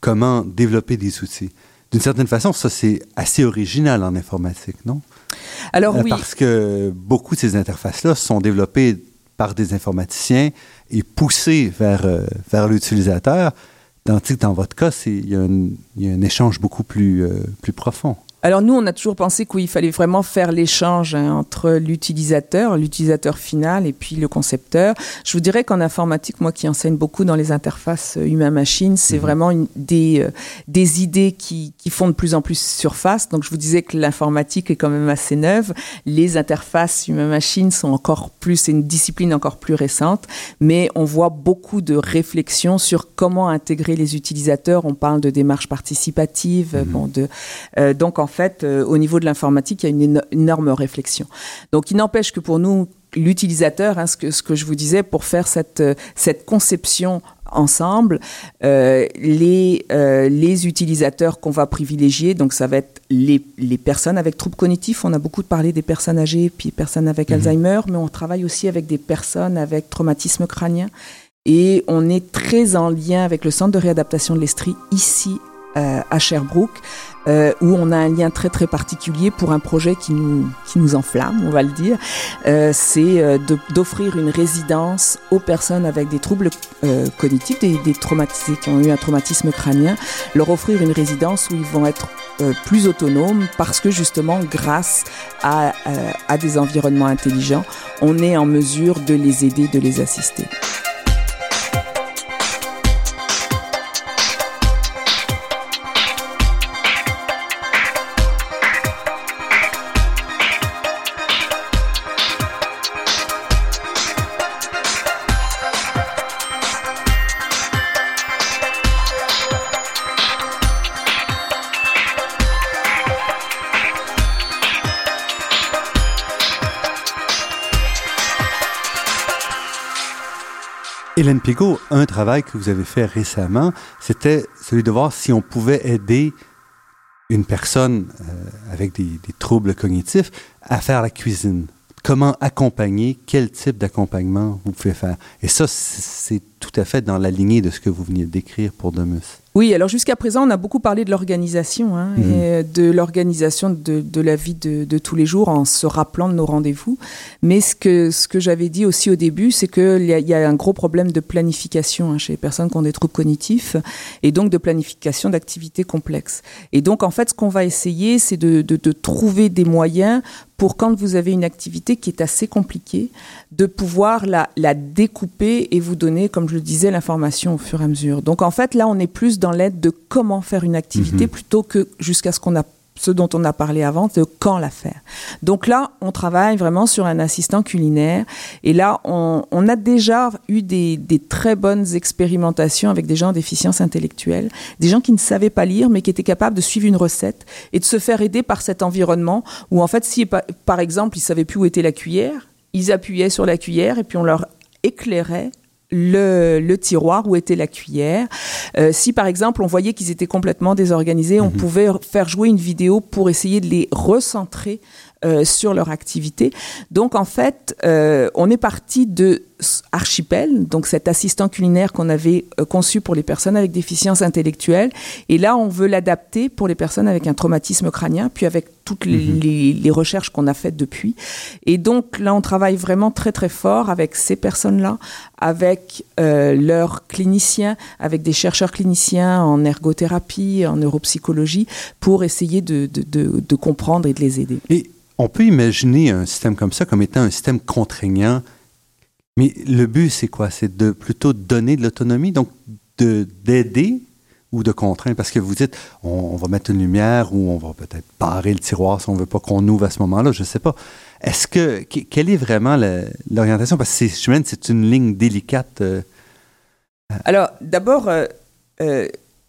comment développer des outils. D'une certaine façon, ça, c'est assez original en informatique, non? Alors oui. Parce que beaucoup de ces interfaces-là sont développées par des informaticiens et poussées vers, euh, vers l'utilisateur, tandis que dans votre cas, il y, y a un échange beaucoup plus, euh, plus profond. Alors nous, on a toujours pensé qu'il fallait vraiment faire l'échange hein, entre l'utilisateur, l'utilisateur final et puis le concepteur. Je vous dirais qu'en informatique, moi qui enseigne beaucoup dans les interfaces humain-machine, c'est mmh. vraiment une, des, euh, des idées qui, qui font de plus en plus surface. Donc je vous disais que l'informatique est quand même assez neuve. Les interfaces humain-machine sont encore plus, c'est une discipline encore plus récente, mais on voit beaucoup de réflexions sur comment intégrer les utilisateurs. On parle de démarches participatives, mmh. bon, de, euh, donc en En fait, euh, au niveau de l'informatique, il y a une éno- énorme réflexion. Donc, il n'empêche que pour nous, l'utilisateur, hein, ce, que, ce que je vous disais, pour faire cette, cette conception ensemble, euh, les, euh, les utilisateurs qu'on va privilégier, donc ça va être les, les personnes avec troubles cognitifs. On a beaucoup parlé des personnes âgées, puis personnes avec mmh. Alzheimer, mais on travaille aussi avec des personnes avec traumatisme crânien. Et on est très en lien avec le Centre de réadaptation de l'Estrie, ici, Euh, à Sherbrooke, euh, où on a un lien très très particulier pour un projet qui nous, qui nous enflamme, on va le dire. Euh, c'est euh, de, d'offrir une résidence aux personnes avec des troubles euh, cognitifs, des, des traumatisés qui ont eu un traumatisme crânien, leur offrir une résidence où ils vont être euh, plus autonomes parce que justement, grâce à, euh, à des environnements intelligents, on est en mesure de les aider, de les assister. Hélène Pigot, un travail que vous avez fait récemment, c'était celui de voir si on pouvait aider une personne euh, avec des, des troubles cognitifs à faire la cuisine. Comment accompagner, quel type d'accompagnement vous pouvez faire. Et ça, c'est tout à fait dans la lignée de ce que vous veniez de décrire pour Domus. Oui, alors jusqu'à présent, on a beaucoup parlé de l'organisation, hein, mmh. et de l'organisation de, de la vie de, de tous les jours en se rappelant de nos rendez-vous. Mais ce que, ce que j'avais dit aussi au début, c'est qu'il y a, y a un gros problème de planification hein, chez les personnes qui ont des troubles cognitifs et donc de planification d'activités complexes. Et donc, en fait, ce qu'on va essayer, c'est de, de, de trouver des moyens pour quand vous avez une activité qui est assez compliquée, de pouvoir la, la découper et vous donner, comme je le disais, l'information au fur et à mesure. Donc, en fait, là, on est plus dans l'aide de comment faire une activité mmh. plutôt que jusqu'à ce qu'on a ce dont on a parlé avant, de quand la faire. Donc là, on travaille vraiment sur un assistant culinaire. Et là, on, on a déjà eu des, des très bonnes expérimentations avec des gens en déficience intellectuelle, des gens qui ne savaient pas lire, mais qui étaient capables de suivre une recette et de se faire aider par cet environnement où, en fait, si, par exemple, ils ne savaient plus où était la cuillère, ils appuyaient sur la cuillère et puis on leur éclairait Le, le tiroir où était la cuillère. Euh, si, par exemple, on voyait qu'ils étaient complètement désorganisés, on mmh. pouvait faire jouer une vidéo pour essayer de les recentrer euh, sur leur activité. Donc, en fait, euh, on est parti de Archipel, donc cet assistant culinaire qu'on avait euh, conçu pour les personnes avec déficience intellectuelle. Et là, on veut l'adapter pour les personnes avec un traumatisme crânien, puis avec toutes les, mmh. les, les recherches qu'on a faites depuis. Et donc, là, on travaille vraiment très, très fort avec ces personnes-là, avec euh, leurs cliniciens, avec des chercheurs cliniciens en ergothérapie, en neuropsychologie, pour essayer de, de, de, de comprendre et de les aider. Et on peut imaginer un système comme ça comme étant un système contraignant, mais le but, c'est quoi? C'est de plutôt donner de l'autonomie, donc de, d'aider ou de contraindre? Parce que vous dites, on, on va mettre une lumière ou on va peut-être barrer le tiroir si on ne veut pas qu'on ouvre à ce moment-là, je ne sais pas. Est-ce que, quelle est vraiment la, l'orientation? Parce que c'est, j'imagine, c'est une ligne délicate. Euh, Alors, d'abord, euh, euh,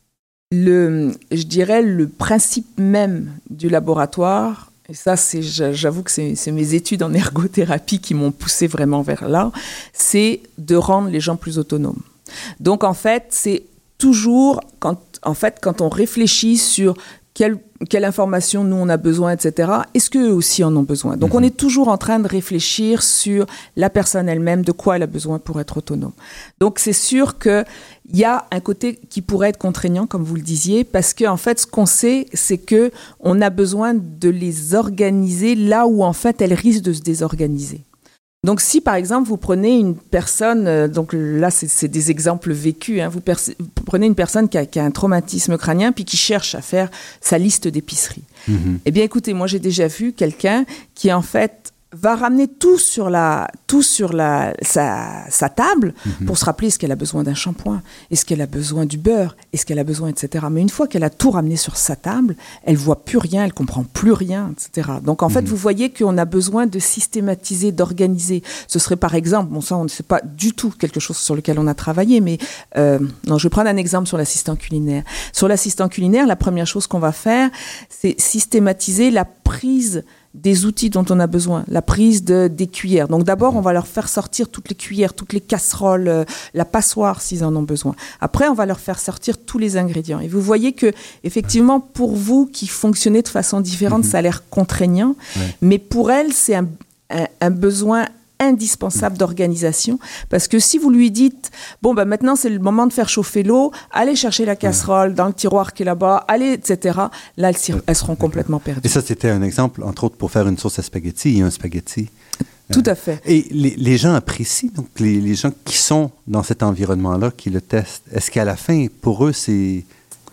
le, je dirais le principe même du laboratoire, et ça, c'est, j'avoue que c'est, c'est mes études en ergothérapie qui m'ont poussé vraiment vers là, c'est de rendre les gens plus autonomes. Donc, en fait, c'est toujours, quand, en fait, quand on réfléchit sur quelle, quelle information nous on a besoin, et cetera. Est-ce qu'eux aussi en ont besoin? Donc, mm-hmm. on est toujours en train de réfléchir sur la personne elle-même, de quoi elle a besoin pour être autonome. Donc, c'est sûr qu'il y a un côté qui pourrait être contraignant, comme vous le disiez, parce qu'en fait, ce qu'on sait, c'est qu'on a besoin de les organiser là où, en fait, elles risquent de se désorganiser. Donc, si, par exemple, vous prenez une personne, euh, donc là, c'est, c'est des exemples vécus, hein, vous, perce- vous prenez une personne qui a, qui a un traumatisme crânien puis qui cherche à faire sa liste d'épicerie. Mm-hmm. Eh bien, écoutez, moi, j'ai déjà vu quelqu'un qui, en fait, va ramener tout sur la tout sur la sa, sa table mm-hmm. pour se rappeler est-ce qu'elle a besoin d'un shampoing, est-ce qu'elle a besoin du beurre, est-ce qu'elle a besoin, et cetera. Mais une fois qu'elle a tout ramené sur sa table, elle voit plus rien, elle comprend plus rien, et cetera. Donc en mm-hmm. fait, vous voyez qu'on a besoin de systématiser, d'organiser. Ce serait par exemple, bon ça, on ne sait pas du tout quelque chose sur lequel on a travaillé, mais euh, non, je vais prendre un exemple sur l'assistant culinaire. Sur l'assistant culinaire, la première chose qu'on va faire, c'est systématiser la prise des outils dont on a besoin, la prise de, des cuillères. Donc d'abord, on va leur faire sortir toutes les cuillères, toutes les casseroles, euh, la passoire s'ils en ont besoin. Après, on va leur faire sortir tous les ingrédients. Et vous voyez que, effectivement, pour vous qui fonctionnez de façon différente, mm-hmm. ça a l'air contraignant, ouais. mais pour elle, c'est un, un, un besoin indispensable d'organisation, parce que si vous lui dites bon ben maintenant c'est le moment de faire chauffer l'eau, allez chercher la casserole ouais. dans le tiroir qui est là-bas, allez, et cetera, là elles, elles seront complètement perdues. Et ça, c'était un exemple, entre autres, pour faire une sauce à spaghetti et un spaghetti. Tout à fait. Et les, les gens apprécient, donc les, les gens qui sont dans cet environnement-là, qui le testent, est-ce qu'à la fin, pour eux, c'est...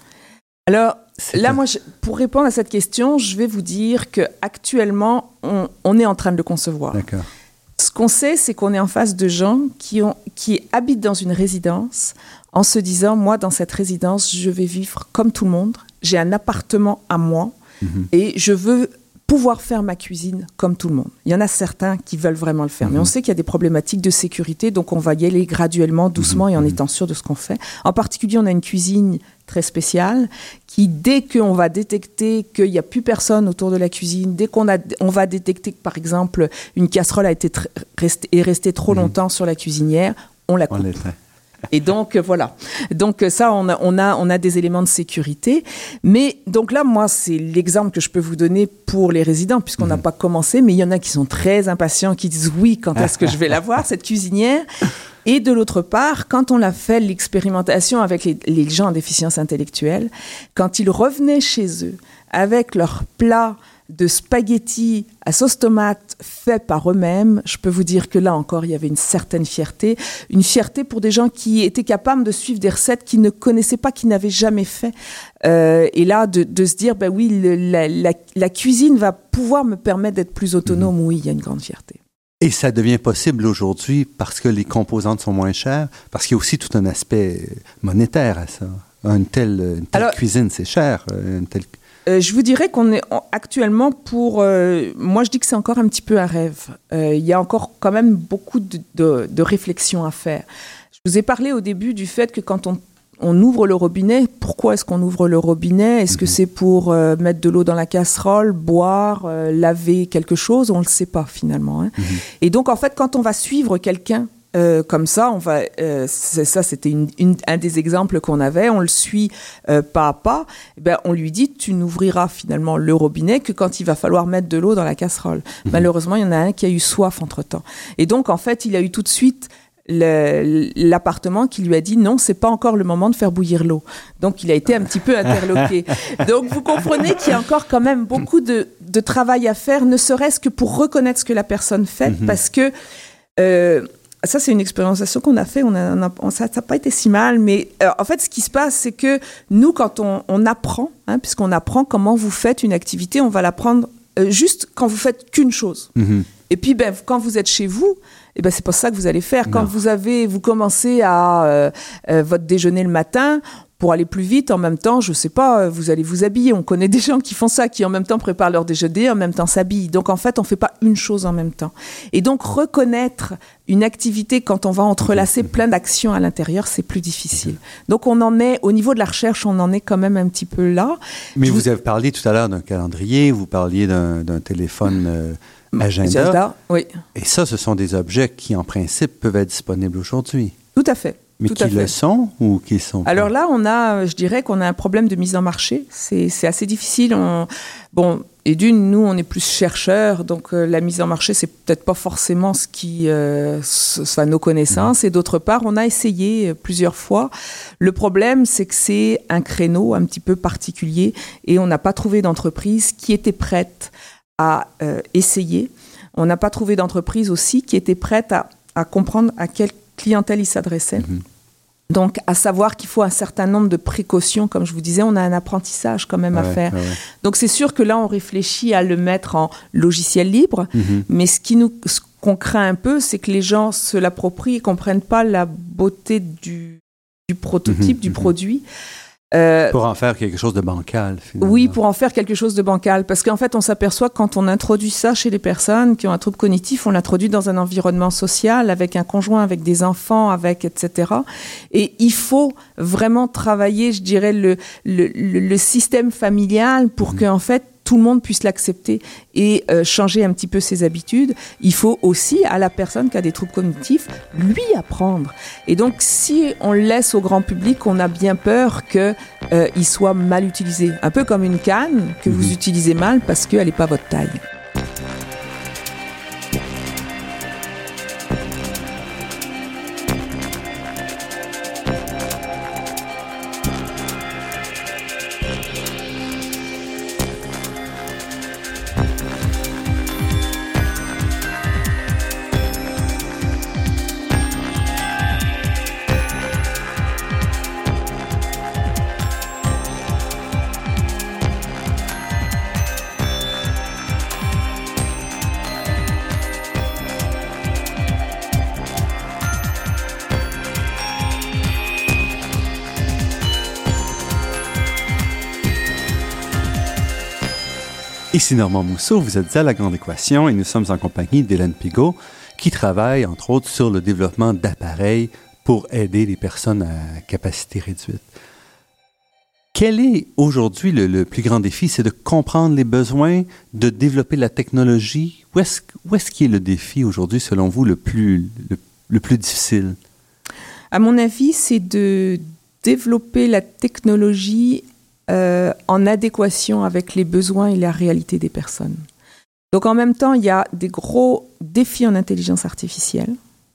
Alors, c'est là, un... moi, je, pour répondre à cette question, je vais vous dire qu'actuellement, on, on est en train de le concevoir. D'accord. Ce qu'on sait, c'est qu'on est en face de gens qui, ont, qui habitent dans une résidence en se disant, moi, dans cette résidence, je vais vivre comme tout le monde. J'ai un appartement à moi mmh. et je veux pouvoir faire ma cuisine comme tout le monde. Il y en a certains qui veulent vraiment le faire, mmh. mais on sait qu'il y a des problématiques de sécurité, donc on va y aller graduellement, doucement mmh. et en étant sûr de ce qu'on fait. En particulier, on a une cuisine très spéciale qui, dès qu'on va détecter qu'il n'y a plus personne autour de la cuisine, dès qu'on a, on va détecter que, par exemple, une casserole a été tr- rest- est restée trop mmh. longtemps sur la cuisinière, on la coupe. On Et donc, euh, voilà. Donc, ça, on a, on, a, on a des éléments de sécurité. Mais, donc là, moi, c'est l'exemple que je peux vous donner pour les résidents, puisqu'on n'a mmh. pas commencé, mais il y en a qui sont très impatients, qui disent oui, quand est-ce que je vais la voir, cette cuisinière? Et de l'autre part, quand on a fait l'expérimentation avec les, les gens en déficience intellectuelle, quand ils revenaient chez eux avec leur plat de spaghettis à sauce tomate fait par eux-mêmes, je peux vous dire que là encore, il y avait une certaine fierté. Une fierté pour des gens qui étaient capables de suivre des recettes qu'ils ne connaissaient pas, qu'ils n'avaient jamais fait. Euh, et là, de, de se dire, ben oui, le, la, la, la cuisine va pouvoir me permettre d'être plus autonome. Mmh. Oui, il y a une grande fierté. Et ça devient possible aujourd'hui parce que les composantes sont moins chères, parce qu'il y a aussi tout un aspect monétaire à ça. Une telle, une telle Alors, cuisine, c'est cher. Une telle... Euh, je vous dirais qu'on est actuellement pour... Euh, moi, je dis que c'est encore un petit peu un rêve. Euh, il y a encore quand même beaucoup de, de, de réflexions à faire. Je vous ai parlé au début du fait que quand on, on ouvre le robinet, pourquoi est-ce qu'on ouvre le robinet? Est-ce mm-hmm. que c'est pour euh, mettre de l'eau dans la casserole, boire, euh, laver quelque chose? On ne le sait pas finalement. Hein. Mm-hmm. Et donc, en fait, quand on va suivre quelqu'un, Euh, comme ça, on va, euh, c'est, ça c'était une, une, un des exemples qu'on avait, on le suit euh, pas à pas, et ben, on lui dit tu n'ouvriras finalement le robinet que quand il va falloir mettre de l'eau dans la casserole. Mmh. Malheureusement, il y en a un qui a eu soif entre-temps. Et donc, en fait, il a eu tout de suite le, l'appartement qui lui a dit non, c'est pas encore le moment de faire bouillir l'eau. Donc, il a été un petit peu interloqué. Donc, vous comprenez qu'il y a encore quand même beaucoup de, de travail à faire, ne serait-ce que pour reconnaître ce que la personne fait, mmh. parce que... Euh, Ça, c'est une expérimentation qu'on a fait. On a, on a, on, ça n'a pas été si mal. Mais euh, en fait, ce qui se passe, c'est que nous, quand on, on apprend, hein, puisqu'on apprend comment vous faites une activité, on va l'apprendre euh, juste quand vous faites qu'une chose. Mm-hmm. Et puis, ben, quand vous êtes chez vous, eh ben, c'est pas ça que vous allez faire. Non. Quand vous, avez, vous commencez à euh, euh, votre déjeuner le matin... Pour aller plus vite, en même temps, je sais pas, vous allez vous habiller. On connaît des gens qui font ça, qui en même temps préparent leur déjeuner, en même temps s'habillent. Donc en fait, on fait pas une chose en même temps. Et donc reconnaître une activité quand on va entrelacer plein d'actions à l'intérieur, c'est plus difficile. Donc on en est, au niveau de la recherche, on en est quand même un petit peu là. Mais je vous, vous avez parlé tout à l'heure d'un calendrier, vous parliez d'un, d'un téléphone euh, agenda. agenda. Oui. Et ça, ce sont des objets qui, en principe, peuvent être disponibles aujourd'hui. Tout à fait. Mais Tout qui à fait. le sont ou qui sont pas? Alors là, on a, je dirais qu'on a un problème de mise en marché. C'est, c'est assez difficile. On, bon, et d'une, nous, on est plus chercheurs, donc euh, la mise en marché, c'est peut-être pas forcément ce qui, euh, soit nos connaissances. Mmh. Et d'autre part, on a essayé plusieurs fois. Le problème, c'est que c'est un créneau un petit peu particulier et on n'a pas trouvé d'entreprise qui était prête à euh, essayer. On n'a pas trouvé d'entreprise aussi qui était prête à, à comprendre à quelle clientèle il s'adressait. Mmh. Donc, à savoir qu'il faut un certain nombre de précautions. Comme je vous disais, on a un apprentissage quand même ouais, à faire. Ouais. Donc, c'est sûr que là, on réfléchit à le mettre en logiciel libre. Mm-hmm. Mais ce, qui nous, ce qu'on craint un peu, c'est que les gens se l'approprient et ne comprennent pas la beauté du, du prototype, mm-hmm. du produit. Euh, pour en faire quelque chose de bancal, finalement. Oui, pour en faire quelque chose de bancal. Parce qu'en fait, on s'aperçoit que quand on introduit ça chez les personnes qui ont un trouble cognitif, on l'introduit dans un environnement social, avec un conjoint, avec des enfants, avec et cetera. Et il faut vraiment travailler, je dirais, le, le, le, le système familial pour mmh. qu'en fait, tout le monde puisse l'accepter et euh, changer un petit peu ses habitudes. Il faut aussi, à la personne qui a des troubles cognitifs, lui apprendre. Et donc, si on le laisse au grand public, on a bien peur qu'il euh, soit mal utilisé. Un peu comme une canne que mmh. vous utilisez mal parce qu'elle n'est pas votre taille. Ici Normand Mousseau, vous êtes à La Grande Équation et nous sommes en compagnie d'Hélène Pigot qui travaille entre autres sur le développement d'appareils pour aider les personnes à capacité réduite. Quel est aujourd'hui le, le plus grand défi? C'est de comprendre les besoins, de développer la technologie. Où est-ce, où est-ce qu'il est le défi aujourd'hui, selon vous, le plus, le, le plus difficile? À mon avis, c'est de développer la technologie Euh, en adéquation avec les besoins et la réalité des personnes. Donc en même temps, il y a des gros défis en intelligence artificielle,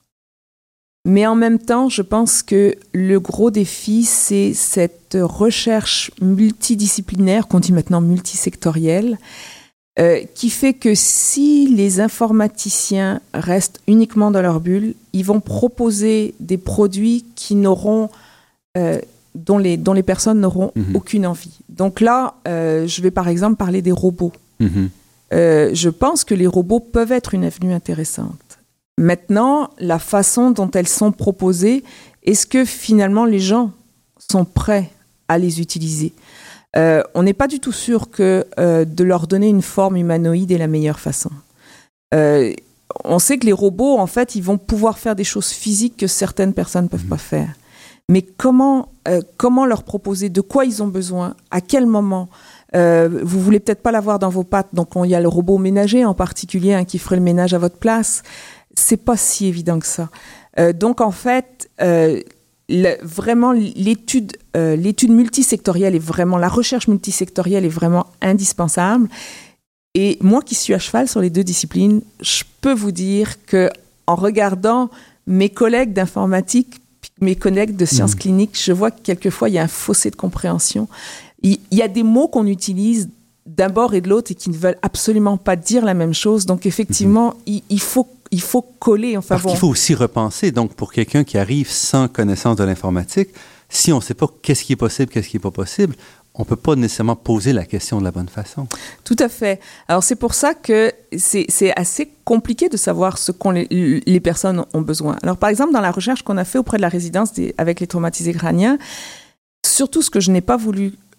mais en même temps, je pense que le gros défi, c'est cette recherche multidisciplinaire, qu'on dit maintenant multisectorielle, euh, qui fait que si les informaticiens restent uniquement dans leur bulle, ils vont proposer des produits qui n'auront euh, Dont les, dont les personnes n'auront mmh. aucune envie. Donc là, euh, je vais par exemple parler des robots. Mmh. Euh, je pense que les robots peuvent être une avenue intéressante. Maintenant, la façon dont elles sont proposées, est-ce que finalement les gens sont prêts à les utiliser? euh, On n'est pas du tout sûr que euh, de leur donner une forme humanoïde est la meilleure façon. Euh, on sait que les robots, en fait, ils vont pouvoir faire des choses physiques que certaines personnes ne peuvent mmh. pas faire. Mais comment, euh, comment leur proposer, de quoi ils ont besoin, à quel moment? euh, Vous voulez peut-être pas l'avoir dans vos pattes, donc il y a le robot ménager en particulier hein, qui ferait le ménage à votre place. C'est pas si évident que ça. Euh, donc en fait, euh, le, vraiment l'étude, euh, l'étude multisectorielle est vraiment, la recherche multisectorielle est vraiment indispensable. Et moi qui suis à cheval sur les deux disciplines, je peux vous dire que en regardant mes collègues d'informatique, mes collègues de sciences mmh. cliniques, je vois que quelquefois, il y a un fossé de compréhension. Il, il y a des mots qu'on utilise d'un bord et de l'autre et qui ne veulent absolument pas dire la même chose. Donc, effectivement, mmh. il, il, faut, il faut coller. Enfin, Parce bon. qu'il faut aussi repenser. Donc, pour quelqu'un qui arrive sans connaissance de l'informatique, si on ne sait pas qu'est-ce qui est possible, qu'est-ce qui n'est pas possible, on ne peut pas nécessairement poser la question de la bonne façon. Tout à fait. Alors, c'est pour ça que c'est, c'est assez compliqué de savoir ce que les, les personnes ont besoin. Alors, par exemple, dans la recherche qu'on a fait auprès de la résidence des, avec les traumatisés crâniens, surtout ce que je n'ai pas voulu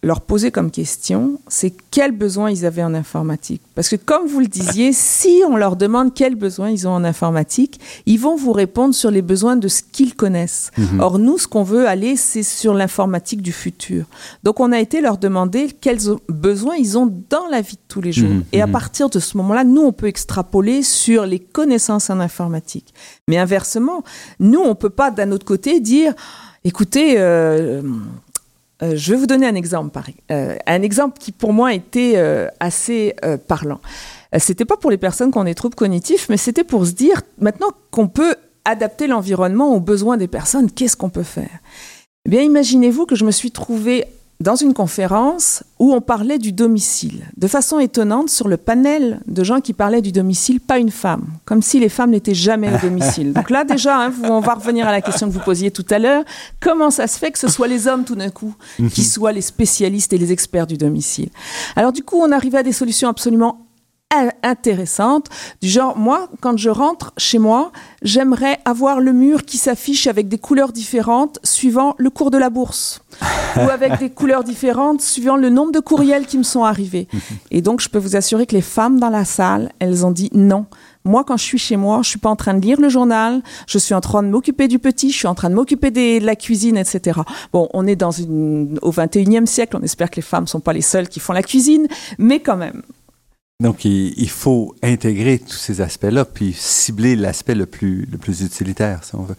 leur poser comme question, c'est quels besoins ils avaient en informatique. Parce que comme vous le disiez, si on leur demande quels besoins ils ont en informatique, ils vont vous répondre sur les besoins de ce qu'ils connaissent. Mm-hmm. Or, nous, ce qu'on veut aller, c'est sur l'informatique du futur. Donc, on a été leur demander quels besoins ils ont dans la vie de tous les jours. Mm-hmm. Et à partir de ce moment-là, nous, on peut extrapoler sur les connaissances en informatique. Mais inversement, nous, on ne peut pas, d'un autre côté, dire, écoutez... Euh, Euh, je vais vous donner un exemple, pareil. Euh, un exemple qui, pour moi, était euh, assez euh, parlant. Euh, c'était pas pour les personnes qui ont des troubles cognitifs, mais c'était pour se dire, maintenant qu'on peut adapter l'environnement aux besoins des personnes, qu'est-ce qu'on peut faire ? Eh bien, imaginez-vous que je me suis trouvée dans une conférence où on parlait du domicile. De façon étonnante, sur le panel de gens qui parlaient du domicile, pas une femme. Comme si les femmes n'étaient jamais au domicile. Donc là, déjà, hein, on va revenir à la question que vous posiez tout à l'heure. Comment ça se fait que ce soit les hommes, tout d'un coup, qui soient les spécialistes et les experts du domicile ? Alors du coup, on arrivait à des solutions absolument intéressante, du genre, moi, quand je rentre chez moi, j'aimerais avoir le mur qui s'affiche avec des couleurs différentes suivant le cours de la bourse, ou avec des couleurs différentes suivant le nombre de courriels qui me sont arrivés. Et donc, je peux vous assurer que les femmes dans la salle, elles ont dit non. Moi, quand je suis chez moi, je suis pas en train de lire le journal, je suis en train de m'occuper du petit, je suis en train de m'occuper des, de la cuisine, et cetera. Bon, on est dans une, au vingt et unième siècle, on espère que les femmes sont pas les seules qui font la cuisine, mais quand même. Donc, il, il faut intégrer tous ces aspects-là, puis cibler l'aspect le plus, le plus utilitaire, si on veut.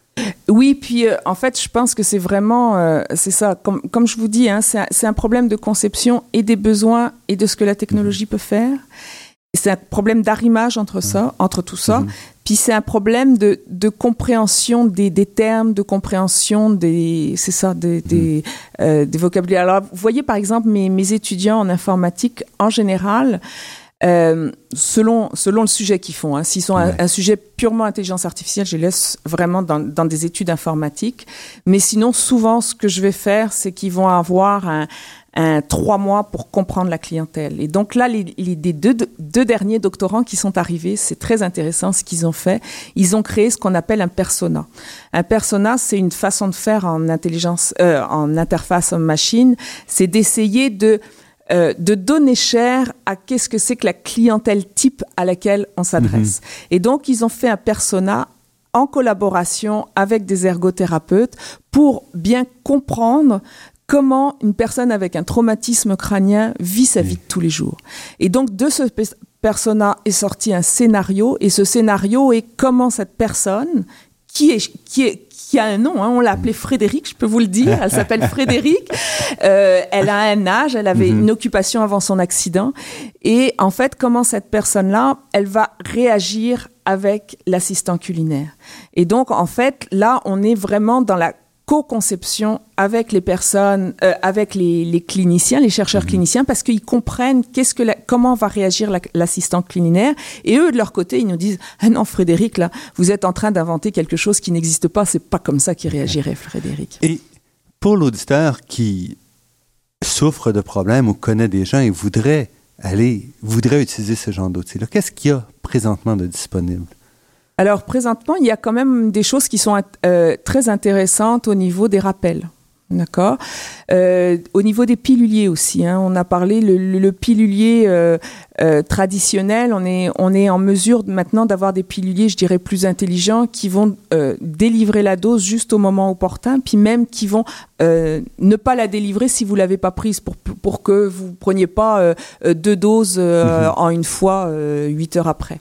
Oui, puis euh, en fait, je pense que c'est vraiment, euh, c'est ça, comme, comme je vous dis, hein, c'est, un, c'est un problème de conception et des besoins et de ce que la technologie mmh. peut faire. C'est un problème d'arrimage entre ça, mmh. entre tout ça. Mmh. Puis c'est un problème de, de compréhension des, des termes, de compréhension des, c'est ça, des, mmh. des, euh, des vocabulaires. Alors, vous voyez, par exemple, mes, mes étudiants en informatique, en général, euh, selon, selon le sujet qu'ils font, hein, s'ils sont ouais. un, un sujet purement intelligence artificielle, je les laisse vraiment dans, dans des études informatiques. Mais sinon, souvent, ce que je vais faire, c'est qu'ils vont avoir un, un trois mois pour comprendre la clientèle. Et donc là, les, les des deux, deux derniers doctorants qui sont arrivés, c'est très intéressant ce qu'ils ont fait. Ils ont créé ce qu'on appelle un persona. Un persona, c'est une façon de faire en intelligence, euh, en interface machine. C'est d'essayer de Euh, de donner cher à qu'est-ce que c'est que la clientèle type à laquelle on s'adresse. Mm-hmm. Et donc, ils ont fait un persona en collaboration avec des ergothérapeutes pour bien comprendre comment une personne avec un traumatisme crânien vit sa vie de tous les jours. Et donc, de ce persona est sorti un scénario, et ce scénario est comment cette personne, qui est, qui est qui a un nom, hein, on l'a appelée Frédéric, je peux vous le dire, elle s'appelle Frédéric, euh, elle a un âge, elle avait mm-hmm. une occupation avant son accident, et en fait, comment cette personne-là, elle va réagir avec l'assistant culinaire. Et donc, en fait, là, on est vraiment dans la co-conception avec les personnes, euh, avec les, les cliniciens, les chercheurs mmh. cliniciens, parce qu'ils comprennent qu'est-ce que la, comment va réagir la, l'assistant culinaire. Et eux, de leur côté, ils nous disent « Ah non, Frédéric, là, vous êtes en train d'inventer quelque chose qui n'existe pas. C'est pas comme ça qu'il réagirait, Frédéric. » Et pour l'auditeur qui souffre de problèmes ou connaît des gens et voudrait aller, voudrait utiliser ce genre d'outils-là, qu'est-ce qu'il y a présentement de disponible? Alors, présentement, il y a quand même des choses qui sont euh, très intéressantes au niveau des rappels. D'accord. Euh, au niveau des piluliers aussi, hein, on a parlé le, le, le pilulier euh, euh, traditionnel. On est on est en mesure maintenant d'avoir des piluliers, je dirais, plus intelligents qui vont euh, délivrer la dose juste au moment opportun, puis même qui vont euh, ne pas la délivrer si vous l'avez pas prise pour pour que vous preniez pas euh, deux doses euh, mmh. en une fois euh, huit heures après.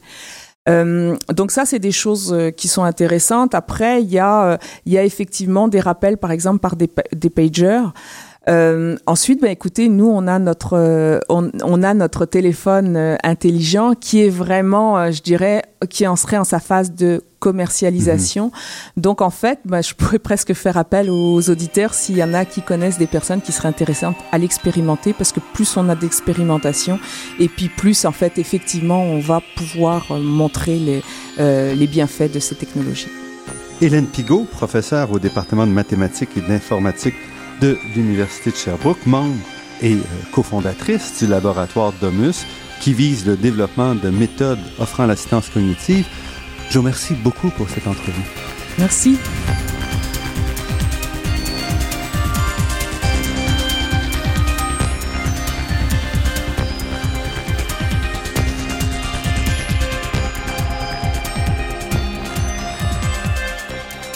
Euh, donc ça, c'est des choses euh, qui sont intéressantes. Après, il y a, euh, il y a effectivement des rappels, par exemple, par des, des pagers. Euh, ensuite, ben, écoutez, nous, on a notre, euh, on, on a notre téléphone euh, intelligent qui est vraiment, euh, je dirais, qui en serait en sa phase de commercialisation. Mmh. Donc, en fait, ben, je pourrais presque faire appel aux auditeurs s'il y en a qui connaissent des personnes qui seraient intéressantes à l'expérimenter, parce que plus on a d'expérimentation, et puis plus, en fait, effectivement, on va pouvoir euh, montrer les, euh, les bienfaits de ces technologies. Hélène Pigault, professeure au département de mathématiques et d'informatique de l'Université de Sherbrooke, membre et euh, cofondatrice du laboratoire Domus, qui vise le développement de méthodes offrant l'assistance cognitive. Je vous remercie beaucoup pour cette entrevue. Merci.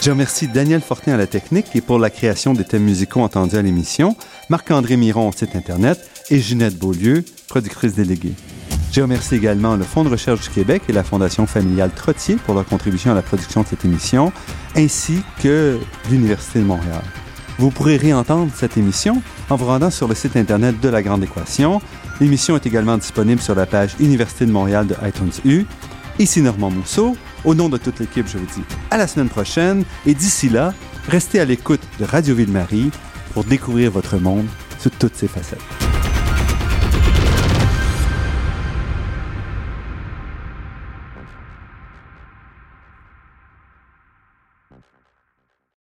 Je remercie Daniel Fortin à la technique et pour la création des thèmes musicaux entendus à l'émission, Marc-André Miron au site Internet et Ginette Beaulieu, productrice déléguée. Je remercie également le Fonds de recherche du Québec et la Fondation familiale Trottier pour leur contribution à la production de cette émission, ainsi que l'Université de Montréal. Vous pourrez réentendre cette émission en vous rendant sur le site Internet de La Grande Équation. L'émission est également disponible sur la page Université de Montréal de iTunes U. Ici Normand Mousseau. Au nom de toute l'équipe, je vous dis à la semaine prochaine et d'ici là, restez à l'écoute de Radio Ville-Marie pour découvrir votre monde sous toutes ses facettes.